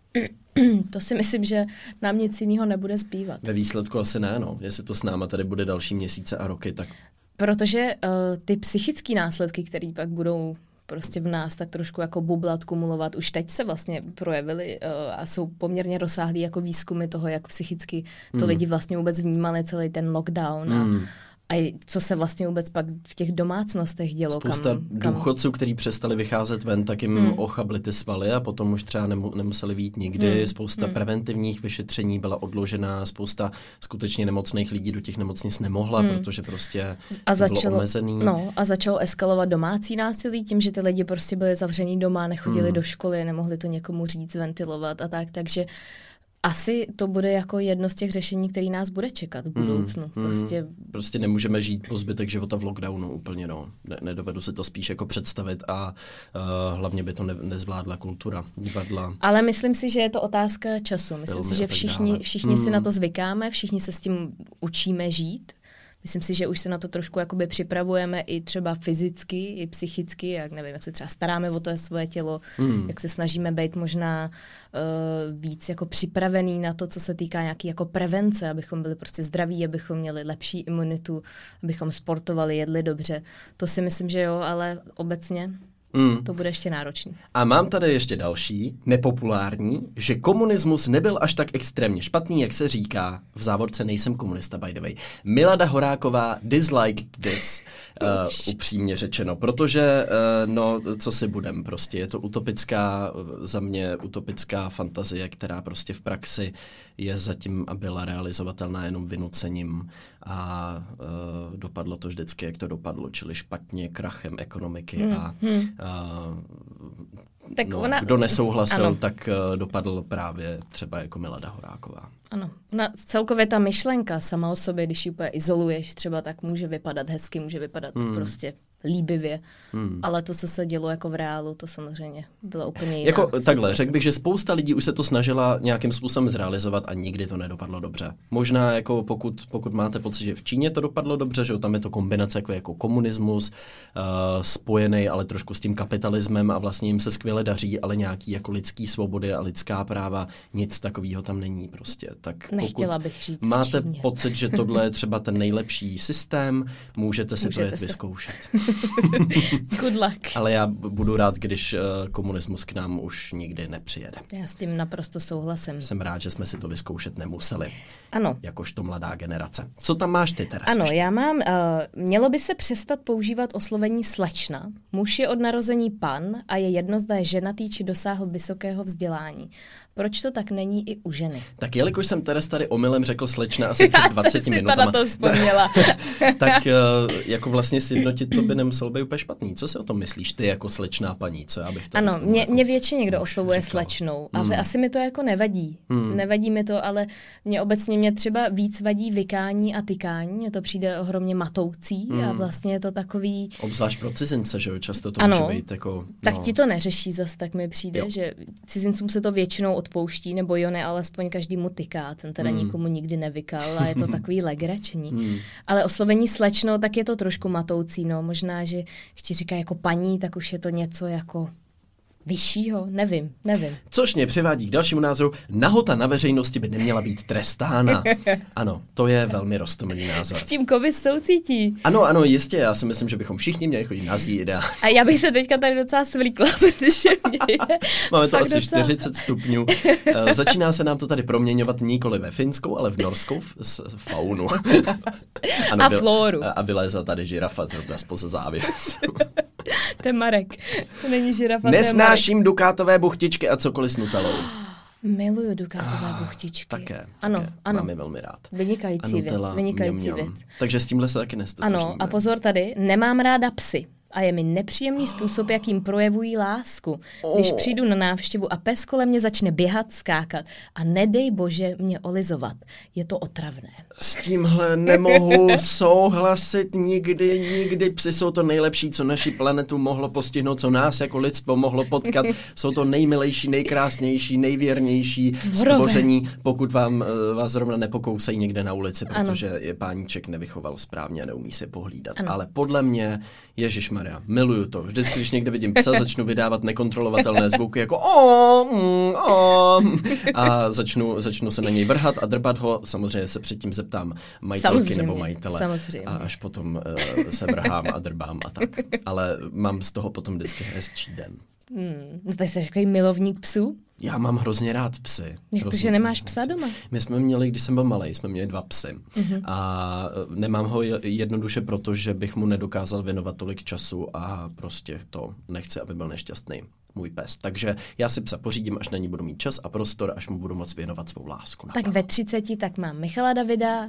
Speaker 2: To si myslím, že nám nic jiného nebude zbývat.
Speaker 1: Ve výsledku asi ne, no. Jestli to s náma tady bude další měsíce a roky, tak...
Speaker 2: Protože ty psychické následky, které pak budou prostě v nás tak trošku jako bublat, kumulovat, už teď se vlastně projevily a jsou poměrně rozsáhlý jako výzkumy toho, jak psychicky to lidi vlastně vůbec vnímali celý ten lockdown a co se vlastně vůbec pak v těch domácnostech dělo.
Speaker 1: Spousta důchodců, kteří přestali vycházet ven, tak jim ochably ty svaly a potom už třeba nemuseli vyjít nikdy. Spousta preventivních vyšetření byla odložená, spousta skutečně nemocných lidí do těch nemocnic nemohla, protože prostě bylo omezený.
Speaker 2: No a začalo eskalovat domácí násilí tím, že ty lidi prostě byli zavření doma, nechodili do školy, nemohli to někomu říct, ventilovat a tak, takže asi to bude jako jedno z těch řešení, které nás bude čekat v budoucnu.
Speaker 1: Prostě nemůžeme žít po zbytek života v lockdownu úplně, no. Nedovedu si to spíš jako představit a hlavně by to nezvládla kultura, divadla.
Speaker 2: Ale myslím si, že je to otázka času. Myslím si, že všichni si na to zvykáme, všichni se s tím učíme žít. Myslím si, že už se na to trošku jakoby připravujeme i třeba fyzicky, i psychicky, jak nevím, jak se třeba staráme o to svoje tělo, jak se snažíme být možná víc jako připravený na to, co se týká nějaký jako prevence, abychom byli prostě zdraví, abychom měli lepší imunitu, abychom sportovali, jedli dobře. To si myslím, že jo, ale obecně to bude ještě náročný.
Speaker 1: A mám tady ještě další, nepopulární, že komunismus nebyl až tak extrémně špatný, jak se říká. V závorce nejsem komunista, by the way. Milada Horáková, dislike this, upřímně řečeno, protože, co si budem, prostě je to za mě utopická fantazie, která prostě v praxi je zatím a byla realizovatelná jenom vynucením a dopadlo to vždycky, jak to dopadlo, čili špatně, krachem ekonomiky kdo nesouhlasil, tak dopadl právě třeba jako Milada Horáková.
Speaker 2: Ano, celkově ta myšlenka sama o sobě, když ji úplně izoluješ třeba, tak může vypadat hezky, může vypadat prostě líbivě, ale to, co se dělo jako v reálu, to samozřejmě bylo úplně jiná.
Speaker 1: Jako takhle, řekl bych, že spousta lidí už se to snažila nějakým způsobem zrealizovat a nikdy to nedopadlo dobře. Možná jako pokud máte pocit, že v Číně to dopadlo dobře, že tam je to kombinace jako komunismus, spojený ale trošku s tím kapitalismem a vlastně jim se skvěle daří, ale nějaký jako lidský svobody a lidská práva, nic takového tam není prostě. Tak
Speaker 2: nechtěla bych žít
Speaker 1: máte pocit, že tohle je třeba ten nejlepší systém, můžete to jet vyzkoušet.
Speaker 2: Good luck.
Speaker 1: Ale já budu rád, když komunismus k nám už nikdy nepřijede.
Speaker 2: Já s tím naprosto souhlasím.
Speaker 1: Jsem rád, že jsme si to vyzkoušet nemuseli.
Speaker 2: Ano.
Speaker 1: Jakožto mladá generace. Co tam máš ty, Teres?
Speaker 2: Ano, já mám, mělo by se přestat používat oslovení slečna. Muž je od narození pan a je jedno, zda je ženatý či dosáhl vysokého vzdělání. Proč to tak není i u ženy?
Speaker 1: Tak jelikož jsem Teres tady omylem řekl slečna asi před 20 minutama.
Speaker 2: Já jsem si to vzpomněla.
Speaker 1: Tak jako vlastně sjednotit to by nemuselo být úplně špatný. Co si o tom myslíš ty jako slečná paní? Co já bych tady
Speaker 2: ano, mě většině někdo oslovuje slečnou. Ale asi mi to jako nevadí. Nevadí mi to, ale mě třeba víc vadí vykání a tykání. Mně to přijde ohromně matoucí a vlastně je to takový...
Speaker 1: Obzvlášť pro cizince, že jo? Často to může být jako...
Speaker 2: Tak ti to neřeší zas, tak mi přijde, že cizincům se to většinou odpouští, nebo jo, ne, alespoň každému tyká, ten teda nikomu nikdy nevykal a je to takový legrační. Ale oslovení slečno, tak je to trošku matoucí, no, možná, že ještě říká jako paní, tak už je to něco jako vyššího, nevím.
Speaker 1: Což mě přivádí k dalšímu názoru, nahota na veřejnosti by neměla být trestána. Ano, to je velmi roztomilý názor.
Speaker 2: S tím covid soucítí.
Speaker 1: Ano, jistě, já si myslím, že bychom všichni měli chodit na zída.
Speaker 2: A já bych se teďka tady docela svlíkla, protože mě je
Speaker 1: máme to asi 40 stupňů. Začíná se nám to tady proměňovat nikoli ve finskou, ale v norskou faunu.
Speaker 2: Ano, a floru.
Speaker 1: A vylézá tady žirafa zrovna spoza závěs.
Speaker 2: To je Marek. To není žirafa,
Speaker 1: Nesnáším dukátové buchtičky a cokoliv s nutelou.
Speaker 2: Miluju dukátové buchtičky.
Speaker 1: Také.
Speaker 2: Ano.
Speaker 1: Mám je velmi rád.
Speaker 2: Vynikající věc.
Speaker 1: Takže s tímhle se taky nestotožníme.
Speaker 2: Ano, a pozor tady, nemám ráda psy. a je mi nepříjemný způsob, jakým projevují lásku. Když přijdu na návštěvu a pes kolem mě začne běhat, skákat a nedej bože mě olizovat. Je to otravné.
Speaker 1: S tímhle nemohu souhlasit nikdy. Psi jsou to nejlepší, co naši planetu mohlo postihnout, co nás jako lidstvo mohlo potkat. Jsou to nejmilejší, nejkrásnější, nejvěrnější stvoření, pokud vás zrovna nepokousají někde na ulici, protože je páníček nevychoval správně a neumí se pohlídat. Ano. Ale podle mě, ježišmarja, miluju to. Vždycky, když někde vidím psa, začnu vydávat nekontrolovatelné zvuky jako a začnu se na něj vrhat a drbat ho. Samozřejmě se předtím zeptám majitelky nebo majitele.
Speaker 2: Samozřejmě.
Speaker 1: A až potom se vrhám a drbám a tak. Ale mám z toho potom vždycky hezčí den.
Speaker 2: No tak jsi takový milovník psů?
Speaker 1: Já mám hrozně rád psy.
Speaker 2: Jakože nemáš psa doma?
Speaker 1: My jsme měli, když jsem byl malej, jsme měli 2 psy. A nemám ho jednoduše proto, že bych mu nedokázal věnovat tolik času a prostě to nechci, aby byl nešťastný můj pes. Takže já si psa pořídím, až na ní budu mít čas a prostor, až mu budu moct věnovat svou lásku.
Speaker 2: Tak ve 30 tak mám Michala Davida,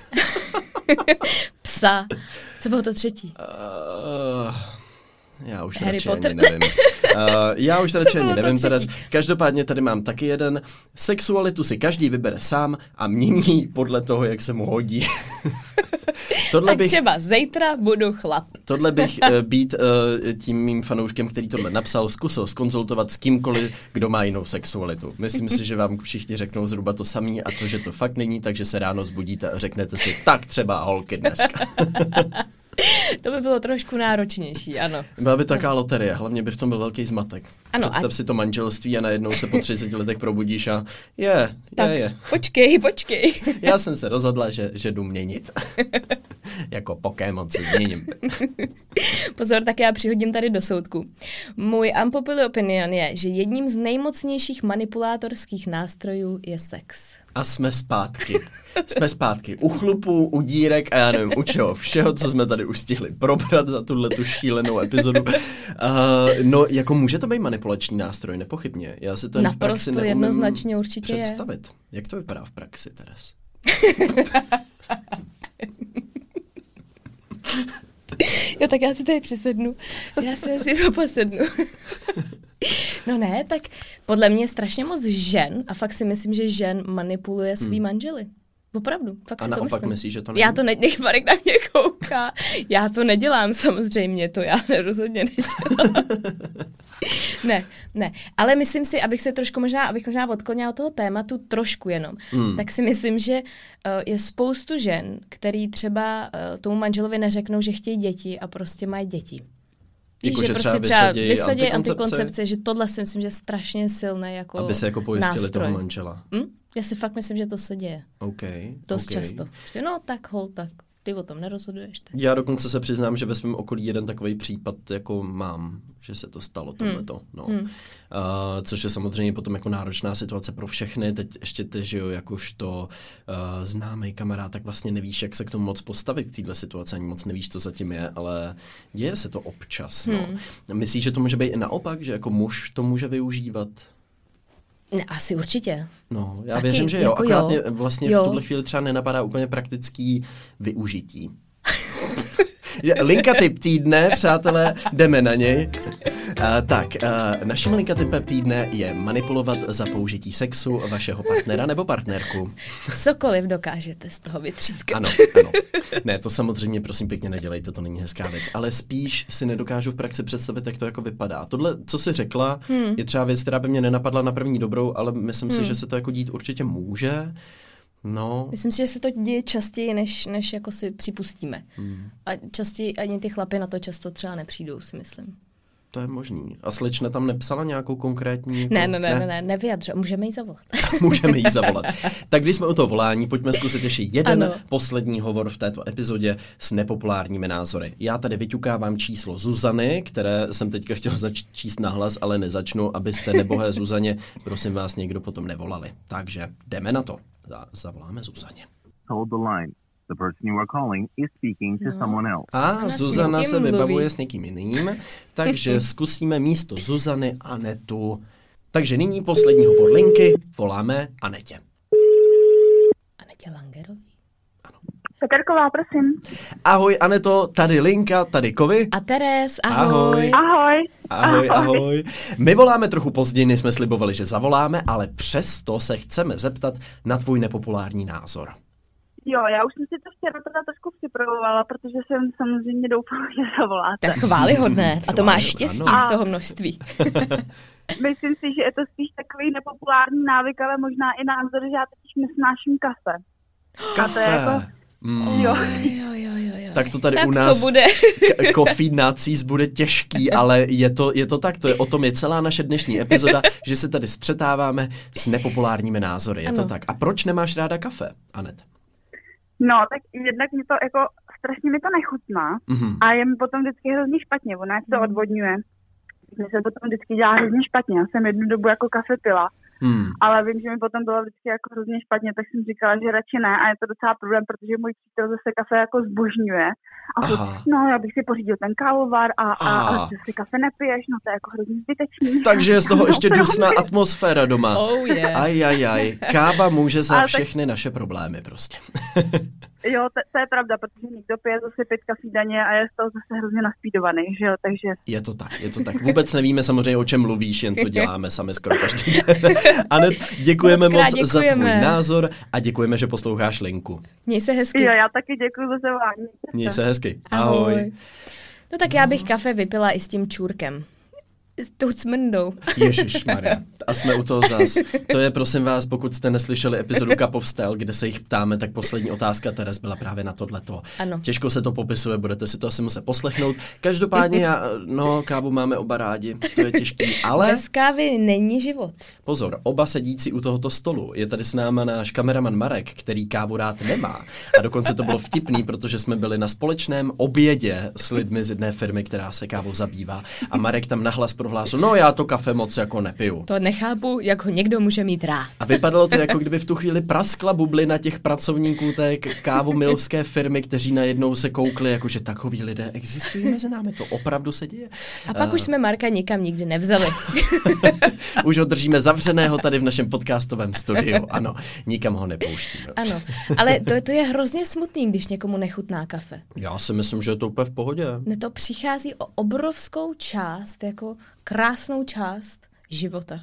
Speaker 2: psa. Co bylo to 3?
Speaker 1: Já už radši ani nevím. Já už radši ani nevím. Každopádně tady mám taky jeden. Sexualitu si každý vybere sám a mění podle toho, jak se mu hodí.
Speaker 2: Třeba zítra budu chlap.
Speaker 1: Tohle bych být tím mým fanouškem, který tohle napsal, zkusil zkonzultovat s kýmkoliv, kdo má jinou sexualitu. Myslím si, že vám všichni řeknou zhruba to samý a to, že to fakt není, takže se ráno zbudíte a řeknete si, tak třeba holky dneska.
Speaker 2: To by bylo trošku náročnější, ano.
Speaker 1: Byla by taká loterie, hlavně by v tom byl velký zmatek. Ano, představ si to manželství a najednou se po 30 letech probudíš a je.
Speaker 2: Počkej.
Speaker 1: Já jsem se rozhodla, že jdu měnit. Jako Pokémon se změním.
Speaker 2: Pozor, tak já přihodím tady do soudku. Můj unpopular opinion je, že jedním z nejmocnějších manipulátorských nástrojů je sex.
Speaker 1: A jsme zpátky. U chlupů, u dírek a já nevím, u čeho. Všeho, co jsme tady už stihli probrat za tu šílenou epizodu. No, jako může to být manipulační nástroj, nepochybně. Já si to v praxi neumím
Speaker 2: jednoznačně určitě
Speaker 1: představit. Jak to vypadá v praxi, Teres?
Speaker 2: Jo, tak já si tady přisednu. Já si asi posednu. No ne, tak podle mě strašně moc žen a fakt si myslím, že žen manipuluje svý manžely. Opravdu, fakt
Speaker 1: a
Speaker 2: si to myslím.
Speaker 1: Myslíš, že to není?
Speaker 2: Já to Marek na mě kouká. Já to nedělám samozřejmě, to já rozhodně nedělám. Ne, ale myslím si, abych možná odklonila od toho tématu trošku jenom, tak si myslím, že je spoustu žen, který třeba tomu manželovi neřeknou, že chtějí děti a prostě mají děti. Víš, že prostě třeba vysadí antikoncepce, že tohle si myslím, že je strašně silné jako
Speaker 1: aby se jako pojistili
Speaker 2: nástroj.
Speaker 1: toho manžela.
Speaker 2: Já si fakt myslím, že to se děje. Dost často. No tak ty o tom nerozhoduješ. Tak.
Speaker 1: Já dokonce se přiznám, že ve svém okolí jeden takový případ jako mám, že se to stalo tohleto. Což je samozřejmě potom jako náročná situace pro všechny. Teď ještě ty, že jo, jakožto známý kamarád, tak vlastně nevíš, jak se k tomu moc postavit k téhle situaci, ani moc nevíš, co zatím je, ale děje se to občas. Myslíš, že to může být i naopak, že jako muž to může využívat?
Speaker 2: Ne, asi určitě.
Speaker 1: No, já věřím, že jo. Akorát mě vlastně v tuhle chvíli třeba nenapadá úplně praktický využití. Linka tip týdne, přátelé, jdeme na něj. Naším linka tipem týdne je manipulovat za použití sexu vašeho partnera nebo partnerku.
Speaker 2: Cokoliv dokážete z toho vytřískat.
Speaker 1: Ano. Ne, to samozřejmě prosím pěkně nedělejte, to není hezká věc, ale spíš si nedokážu v praxi představit, jak to jako vypadá. Tohle, co jsi řekla, je třeba věc, která by mě nenapadla na první dobrou, ale myslím si, že se to jako dít určitě může. No.
Speaker 2: Myslím si, že se to děje častěji, než jako si připustíme. A častěji ani ty chlapy na to často třeba nepřijdou, si myslím.
Speaker 1: To je možný. A slečna tam nepsala nějakou konkrétní...
Speaker 2: Ne, nevyjadřu. Můžeme jí zavolat.
Speaker 1: Můžeme jí zavolat. Tak když jsme u toho volání, pojďme zkusit ještě jeden poslední hovor v této epizodě s nepopulárními názory. Já tady vyťukávám číslo Zuzany, které jsem teďka chtěl začíst nahlas, ale nezačnu, abyste nebohé Zuzaně, prosím vás, někdo potom nevolali. Takže jdeme na to. Zavoláme Zuzaně.
Speaker 6: Hold the line. The person you are calling is speaking to someone else.
Speaker 1: A Zuzana se vybavuje s někým jiným, takže zkusíme místo Zuzany Anetu. Takže nyní poslední hovor linky, voláme Anetě.
Speaker 2: Anetě Langerový?
Speaker 1: Ano.
Speaker 3: Peterková, prosím.
Speaker 1: Ahoj Aneto, tady Linka, tady Kovy.
Speaker 2: A Teres, ahoj.
Speaker 1: Ahoj. My voláme trochu později, než jsme slibovali, že zavoláme, ale přesto se chceme zeptat na tvůj nepopulární názor.
Speaker 3: Jo, já už jsem si to včera teda trošku připravovala, protože jsem samozřejmě doufala, že zavoláte.
Speaker 2: Tak chválihodné. A to máš štěstí z toho množství.
Speaker 3: Myslím si, že je to spíš takový nepopulární návyk, ale možná i názor, že já totiž nesnáším kafe.
Speaker 1: Kafe?
Speaker 3: Jako, jo.
Speaker 1: Tak to tady
Speaker 2: tak
Speaker 1: u nás
Speaker 2: to bude.
Speaker 1: Coffee Nazis bude těžký, ale je to tak, o tom je celá naše dnešní epizoda, že se tady střetáváme s nepopulárními názory. Je to tak. A proč nemáš ráda kafe, Anet?
Speaker 3: No, tak jednak mi to jako, strašně mi to nechutná a je mi potom vždycky hrozně špatně, ona jak to odvodňuje. Mně se potom vždycky dělá hrozně špatně. Já jsem jednu dobu jako kafe pila, ale vím, že mi potom bylo vždycky jako hrozně špatně, tak jsem říkala, že radši ne a je to docela problém, protože můj přítel zase kafe jako zbožňuje a no, já bych si pořídil ten kávovar a že si kafe nepiješ, no to je jako hrozně zbytečný.
Speaker 1: Takže je z toho ještě dusná atmosféra doma.
Speaker 2: Oh yeah.
Speaker 1: Aj. Káva může za všechny naše problémy prostě.
Speaker 3: Jo, to je pravda, protože někdo pije zase 5 kafí denně a je z toho zase hrozně naspídovaný, že jo, takže...
Speaker 1: Je to tak. Vůbec nevíme samozřejmě, o čem mluvíš, jen to děláme sami skoro každý den. Anet, děkujeme moc za tvůj názor a děkujeme, že posloucháš Linku.
Speaker 2: Měj se hezky.
Speaker 3: Jo, já taky děkuji za zavolání.
Speaker 1: Měj se hezky.
Speaker 2: Ahoj. No tak já bych kafe vypila i s tím čůrkem. S tou cmrndou.
Speaker 1: Ježišmarja. A jsme u toho zas. To je, prosím vás, pokud jste neslyšeli epizodu Cup of Style, kde se jich ptáme, tak poslední otázka Teres byla právě na tohleto.
Speaker 2: Ano.
Speaker 1: Těžko se to popisuje, budete si to asi muset poslechnout. Každopádně, kávu máme oba rádi, to je těžký, ale...
Speaker 2: Bez kávy není život.
Speaker 1: Pozor, oba sedící u tohoto stolu. Je tady s náma náš kameraman Marek, který kávu rád nemá. A dokonce to bylo vtipný, protože jsme byli na společném obědě s lidmi z jedné firmy, která se kávou zabývá. A Marek tam nahlas prohlásil, no já to kafe moc jako nepiju.
Speaker 2: To nechápu, jak ho někdo může mít rád.
Speaker 1: A vypadalo to, jako kdyby v tu chvíli praskla bublina těch pracovníků té kávomilské firmy, kteří najednou se koukli, jakože takoví lidé existují mezi námi, to opravdu se děje.
Speaker 2: A pak už jsme Marka nikam nikdy nevzali.
Speaker 1: Už ho držíme zavřeného tady v našem podcastovém studiu, ano, nikam ho nepouštíme.
Speaker 2: Ano, ale to je hrozně smutný, když někomu nechutná kafe.
Speaker 1: Já si myslím, že je to úplně v pohodě.
Speaker 2: Ne, to přichází o obrovskou část, jako krásnou část života.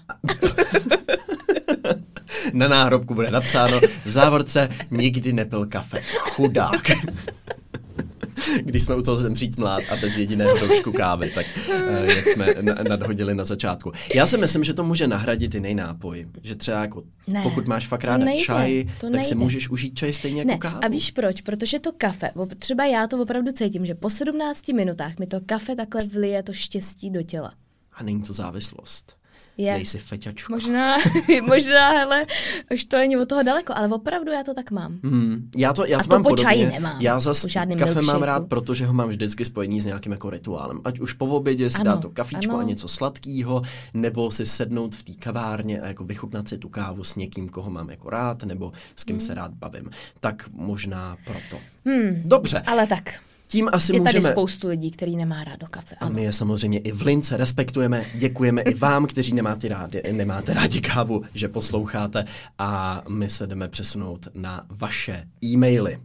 Speaker 1: Na náhrobku bude napsáno v závorce nikdy nepil kafe. Chudák. Když jsme u toho zemřít mlád a bez jediného doušku kávy, tak jak jsme nadhodili na začátku. Já si myslím, že to může nahradit jiný nápoj. Že třeba jako, pokud máš fakt ráda čaj, tak si můžeš užít čaj stejně jako kávu.
Speaker 2: A víš proč? Protože to kafe, třeba já to opravdu cítím, že po 17 minutách mi to kafe takhle vlije to štěstí do těla.
Speaker 1: A není to závislost. Nejsi feťačka.
Speaker 2: Možná, hele, už to není od toho daleko, ale opravdu já to tak mám.
Speaker 1: Já to
Speaker 2: mám
Speaker 1: podobně.
Speaker 2: Čaji nemám.
Speaker 1: Já zase kafe mám rád, protože ho mám vždycky spojený s nějakým jako rituálem. Ať už po obědě si dá to kafíčko a něco sladkýho, nebo si sednout v té kavárně a jako vychutnat si tu kávu s někým, koho mám jako rád, nebo s kým se rád bavím. Tak možná proto. Dobře.
Speaker 2: Ale tak.
Speaker 1: Tím asi
Speaker 2: je
Speaker 1: můžeme...
Speaker 2: tady spoustu lidí, který nemá rádo kafe.
Speaker 1: Ano. A my je samozřejmě i v Lince respektujeme. Děkujeme i vám, kteří nemáte rádi kávu, že posloucháte a my se jdeme přesunout na vaše e-maily.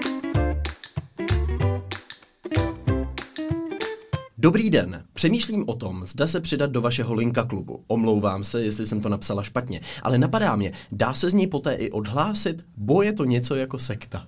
Speaker 1: Dobrý den, přemýšlím o tom, zda se přidat do vašeho Linka klubu. Omlouvám se, jestli jsem to napsala špatně, ale napadá mě, dá se z něj poté i odhlásit, bo je to něco jako sekta.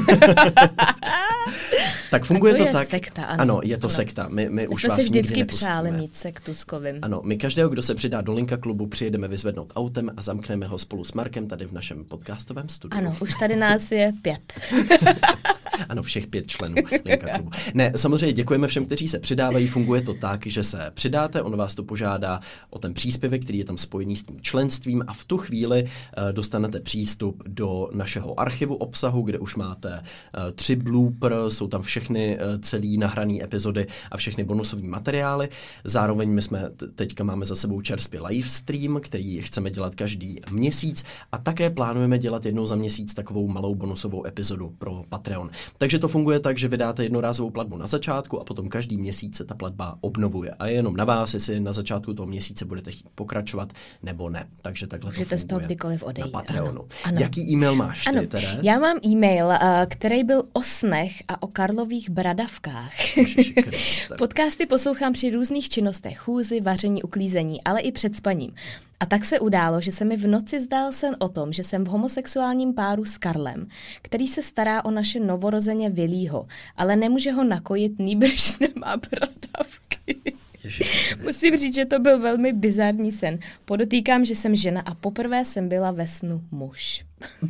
Speaker 1: Tak funguje to tak.
Speaker 2: Sekta,
Speaker 1: ano, je to sekta. My už
Speaker 2: jsme
Speaker 1: vás
Speaker 2: si vždycky
Speaker 1: nepustíme.
Speaker 2: přáli mít sektu s Kovim.
Speaker 1: Ano, my každého, kdo se přidá do Linka klubu, přijedeme vyzvednout autem a zamkneme ho spolu s Markem tady v našem podcastovém studiu.
Speaker 2: Ano, už tady nás je 5.
Speaker 1: Ano, všech 5 členů Linka klubu. Ne, samozřejmě děkujeme všem, kteří se přidávají. Funguje to tak, že se přidáte, on vás to požádá o ten příspěvek, který je tam spojený s tím členstvím a v tu chvíli dostanete přístup do našeho archivu obsahu, kde už máte 3 blooper, jsou tam všechny celý nahraný epizody a všechny bonusové materiály. Zároveň my jsme teďka máme za sebou čerstvě live stream, který chceme dělat každý měsíc a také plánujeme dělat jednou za měsíc takovou malou bonusovou epizodu pro Patreon. Takže to funguje tak, že vydáte jednorázovou platbu na začátku a potom každý měsíc se ta platba obnovuje. A je jenom na vás, jestli na začátku toho měsíce budete chtít pokračovat nebo ne. Takže takhle
Speaker 2: můžete
Speaker 1: to funguje
Speaker 2: kdykoliv odejít.
Speaker 1: Na Patreonu. Ano. Jaký e-mail máš ty, Teres?
Speaker 2: Já mám e-mail, který byl o snech a o Karlových bradavkách. Podcasty poslouchám při různých činnostech, chůzi, vaření, uklízení, ale i před spaním. A tak se událo, že se mi v noci zdál sen o tom, že jsem v homosexuálním páru s Karlem, který se stará o naše novorozeně Willího, ale nemůže ho nakojit, nýbrž nemá bradavky. Musím říct, že to byl velmi bizarní sen. Podotýkám, že jsem žena a poprvé jsem byla ve snu muž.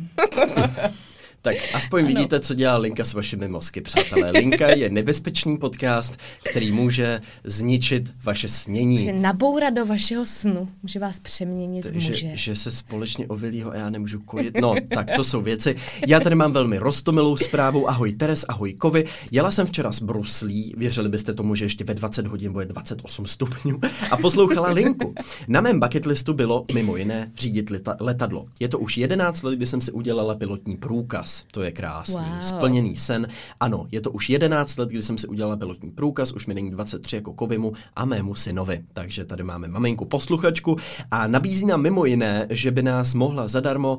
Speaker 1: Tak aspoň vidíte, co dělá Linka s vašimi mozky, přátelé. Linka je nebezpečný podcast, který může zničit vaše snění.
Speaker 2: Může nabourat do vašeho snu, může vás přeměnit v muže.
Speaker 1: Že se společně o Willího a já nemůžu kojit. No, tak to jsou věci. Já tady mám velmi roztomilou zprávu. Ahoj Teres, ahoj Kovy. Jela jsem včera z Bruslí, věřili byste tomu, že ještě ve 20 hodin bude 28 stupňů, a poslouchala Linku. Na mém bucket listu bylo mimo jiné řídit letadlo. Je to už 11 let, kdy jsem si udělala pilotní průkaz. To je krásný. Wow. Splněný sen. Ano, je to už 11 let, kdy jsem si udělala pilotní průkaz, už mi není 23 jako Kovimu a mému synovi. Takže tady máme maminku posluchačku a nabízí nám mimo jiné, že by nás mohla zadarmo,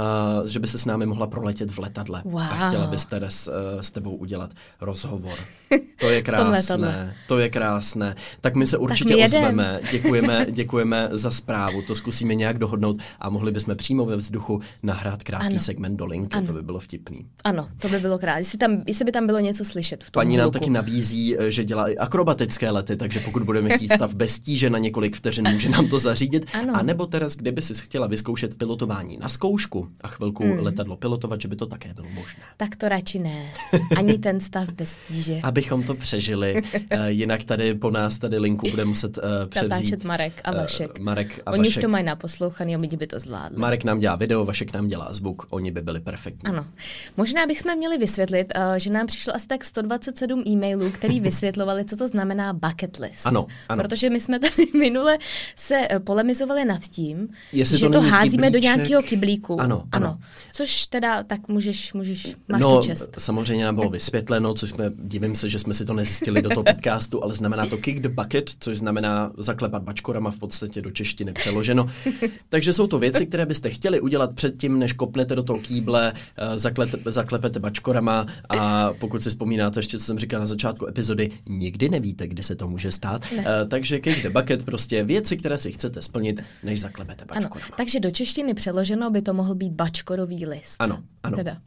Speaker 1: že by se s námi mohla proletět v letadle. Wow. A chtěla by s tebou udělat rozhovor. To je krásné. To je krásné. Tak my se určitě ozveme. Děkujeme za zprávu. To zkusíme nějak dohodnout a mohli bychom přímo ve vzduchu nahrát krátký segment do Linky. To by bylo vtipný.
Speaker 2: Ano, to by bylo krásné. Jestli by tam bylo něco slyšet v tom
Speaker 1: Paní
Speaker 2: hluku.
Speaker 1: nám taky nabízí, že dělá i akrobatické lety, takže pokud budeme chtít stav bez tíže na několik vteřin, může nám to zařídit. A nebo Teres, kdyby si chtěla vyzkoušet pilotování na zkoušku a chvilku letadlo pilotovat, že by to také bylo možné.
Speaker 2: Tak to radši ne. Ani ten stav bez tíže.
Speaker 1: Abychom to přežili. Jinak tady po nás Linku bude muset převzít.
Speaker 2: Natáčet Marek a Vašek. Oni už to mají naposlouchaný, oni by to zvládli.
Speaker 1: Marek nám dělá video, Vašek nám dělá zvuk, oni by byli perfektní.
Speaker 2: Ano. Možná bychom měli vysvětlit, že nám přišlo asi tak 127 e-mailů, který vysvětlovali, co to znamená bucket list.
Speaker 1: Ano.
Speaker 2: Protože my jsme tady minule se polemizovali nad tím,
Speaker 1: jestli
Speaker 2: že to házíme
Speaker 1: kyblíček
Speaker 2: do nějakého kyblíku.
Speaker 1: Ano.
Speaker 2: Což teda tak můžeš máš
Speaker 1: tu
Speaker 2: čest.
Speaker 1: Samozřejmě nám bylo vysvětleno, což divím se, že jsme si to nezjistili do toho podcastu, ale znamená to kick the bucket, což znamená zaklepat bačkorama, v podstatě do češtiny přeloženo. Takže jsou to věci, které byste chtěli udělat předtím, než kopnete do toho kýble, zaklepete bačkorama a pokud si vzpomínáte ještě, co jsem říkal na začátku epizody, nikdy nevíte, kdy se to může stát. Takže kick the bucket, prostě věci, které si chcete splnit, než zaklepete bačkorama.
Speaker 2: Takže do češtiny přeloženo by to mohl být bačkorový list.
Speaker 1: Ano.
Speaker 2: Teda.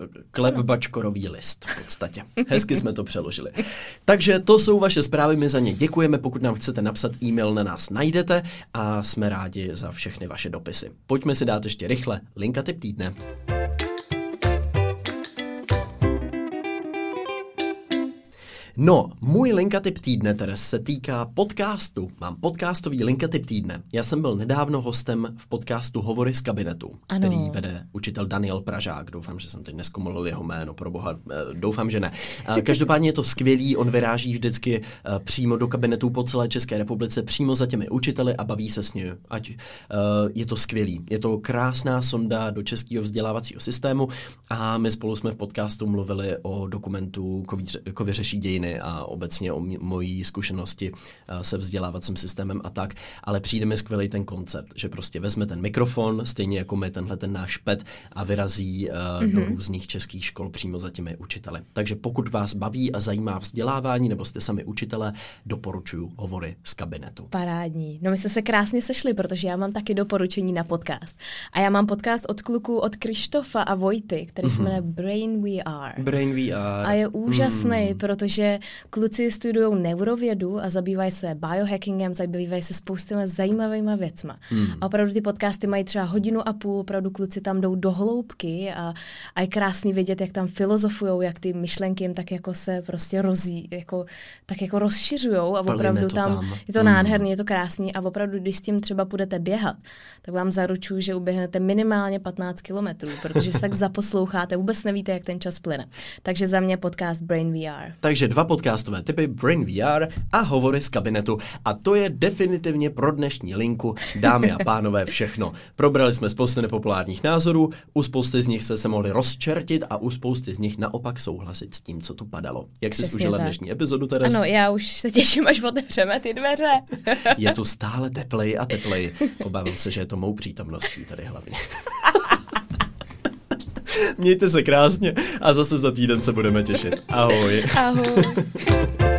Speaker 1: Bačkorový list v podstatě. Hezky jsme to přeložili. Takže to jsou vaše zprávy, my za ně děkujeme. Pokud nám chcete napsat e-mail, na nás najdete a jsme rádi za všechny vaše dopisy. Pojďme si dát ještě rychle Linka tip týdne. No, můj Linka tip týdne, Teres, se týká podcastu. Mám podcastový Linka tip týdne. Já jsem byl nedávno hostem v podcastu Hovory z kabinetu, který vede učitel Daniel Pražák. Doufám, že jsem teď neskomolil jeho jméno, proboha, doufám, že ne. Každopádně je to skvělý, on vyráží vždycky přímo do kabinetů po celé České republice, přímo za těmi učiteli a baví se s nimi. Je to skvělý. Je to krásná sonda do českého vzdělávacího systému a my spolu jsme v podcastu mluvili o dokumentu Kovy řeší dějiny a obecně o mojí zkušenosti se vzdělávacím systémem a tak, ale přijde mi skvělý ten koncept, že prostě vezme ten mikrofon, stejně jako my tenhle ten náš pet a vyrazí do různých českých škol přímo za těmi učiteli. Takže pokud vás baví a zajímá vzdělávání nebo jste sami učitelé, doporučuji Hovory z kabinetu.
Speaker 2: Parádní. No my jsme se krásně sešli, protože já mám taky doporučení na podcast. A já mám podcast od kluků od Krištofa a Vojty, který se jmenuje Brain We Are.
Speaker 1: Brain We Are.
Speaker 2: A je úžasný, protože kluci studují neurovědu a zabývají se biohackingem, zabývají se spoustými zajímavými věcma. A opravdu ty podcasty mají třeba 1.5 hodiny, opravdu kluci tam jdou do hloubky a je krásný vidět, jak tam filozofujou, jak ty myšlenky jim tak jako se prostě tak jako rozšiřujou a opravdu tam je to nádherný, je to krásný a opravdu, když s tím třeba půjdete běhat, tak vám zaručuju, že uběhnete minimálně 15 kilometrů, protože se tak zaposloucháte, vůbec nevíte, jak ten čas plyne. Takže za mě podcast Brain VR.
Speaker 1: Takže 2 2 podcastové tipy Brain VR a hovory z kabinetu. A to je definitivně pro dnešní linku, dámy a pánové, všechno. Probrali jsme spousty nepopulárních názorů, u spousty z nich se mohli rozčertit a u spousty z nich naopak souhlasit s tím, co tu padalo. Jak jsi užila dnešní epizodu, Teres?
Speaker 2: Ano, já už se těším, až otevřeme ty dveře.
Speaker 1: Je tu stále teplej a teplej. Obávám se, že je to mou přítomností tady hlavně. Mějte se krásně a zase za týden se budeme těšit. Ahoj.
Speaker 2: Ahoj.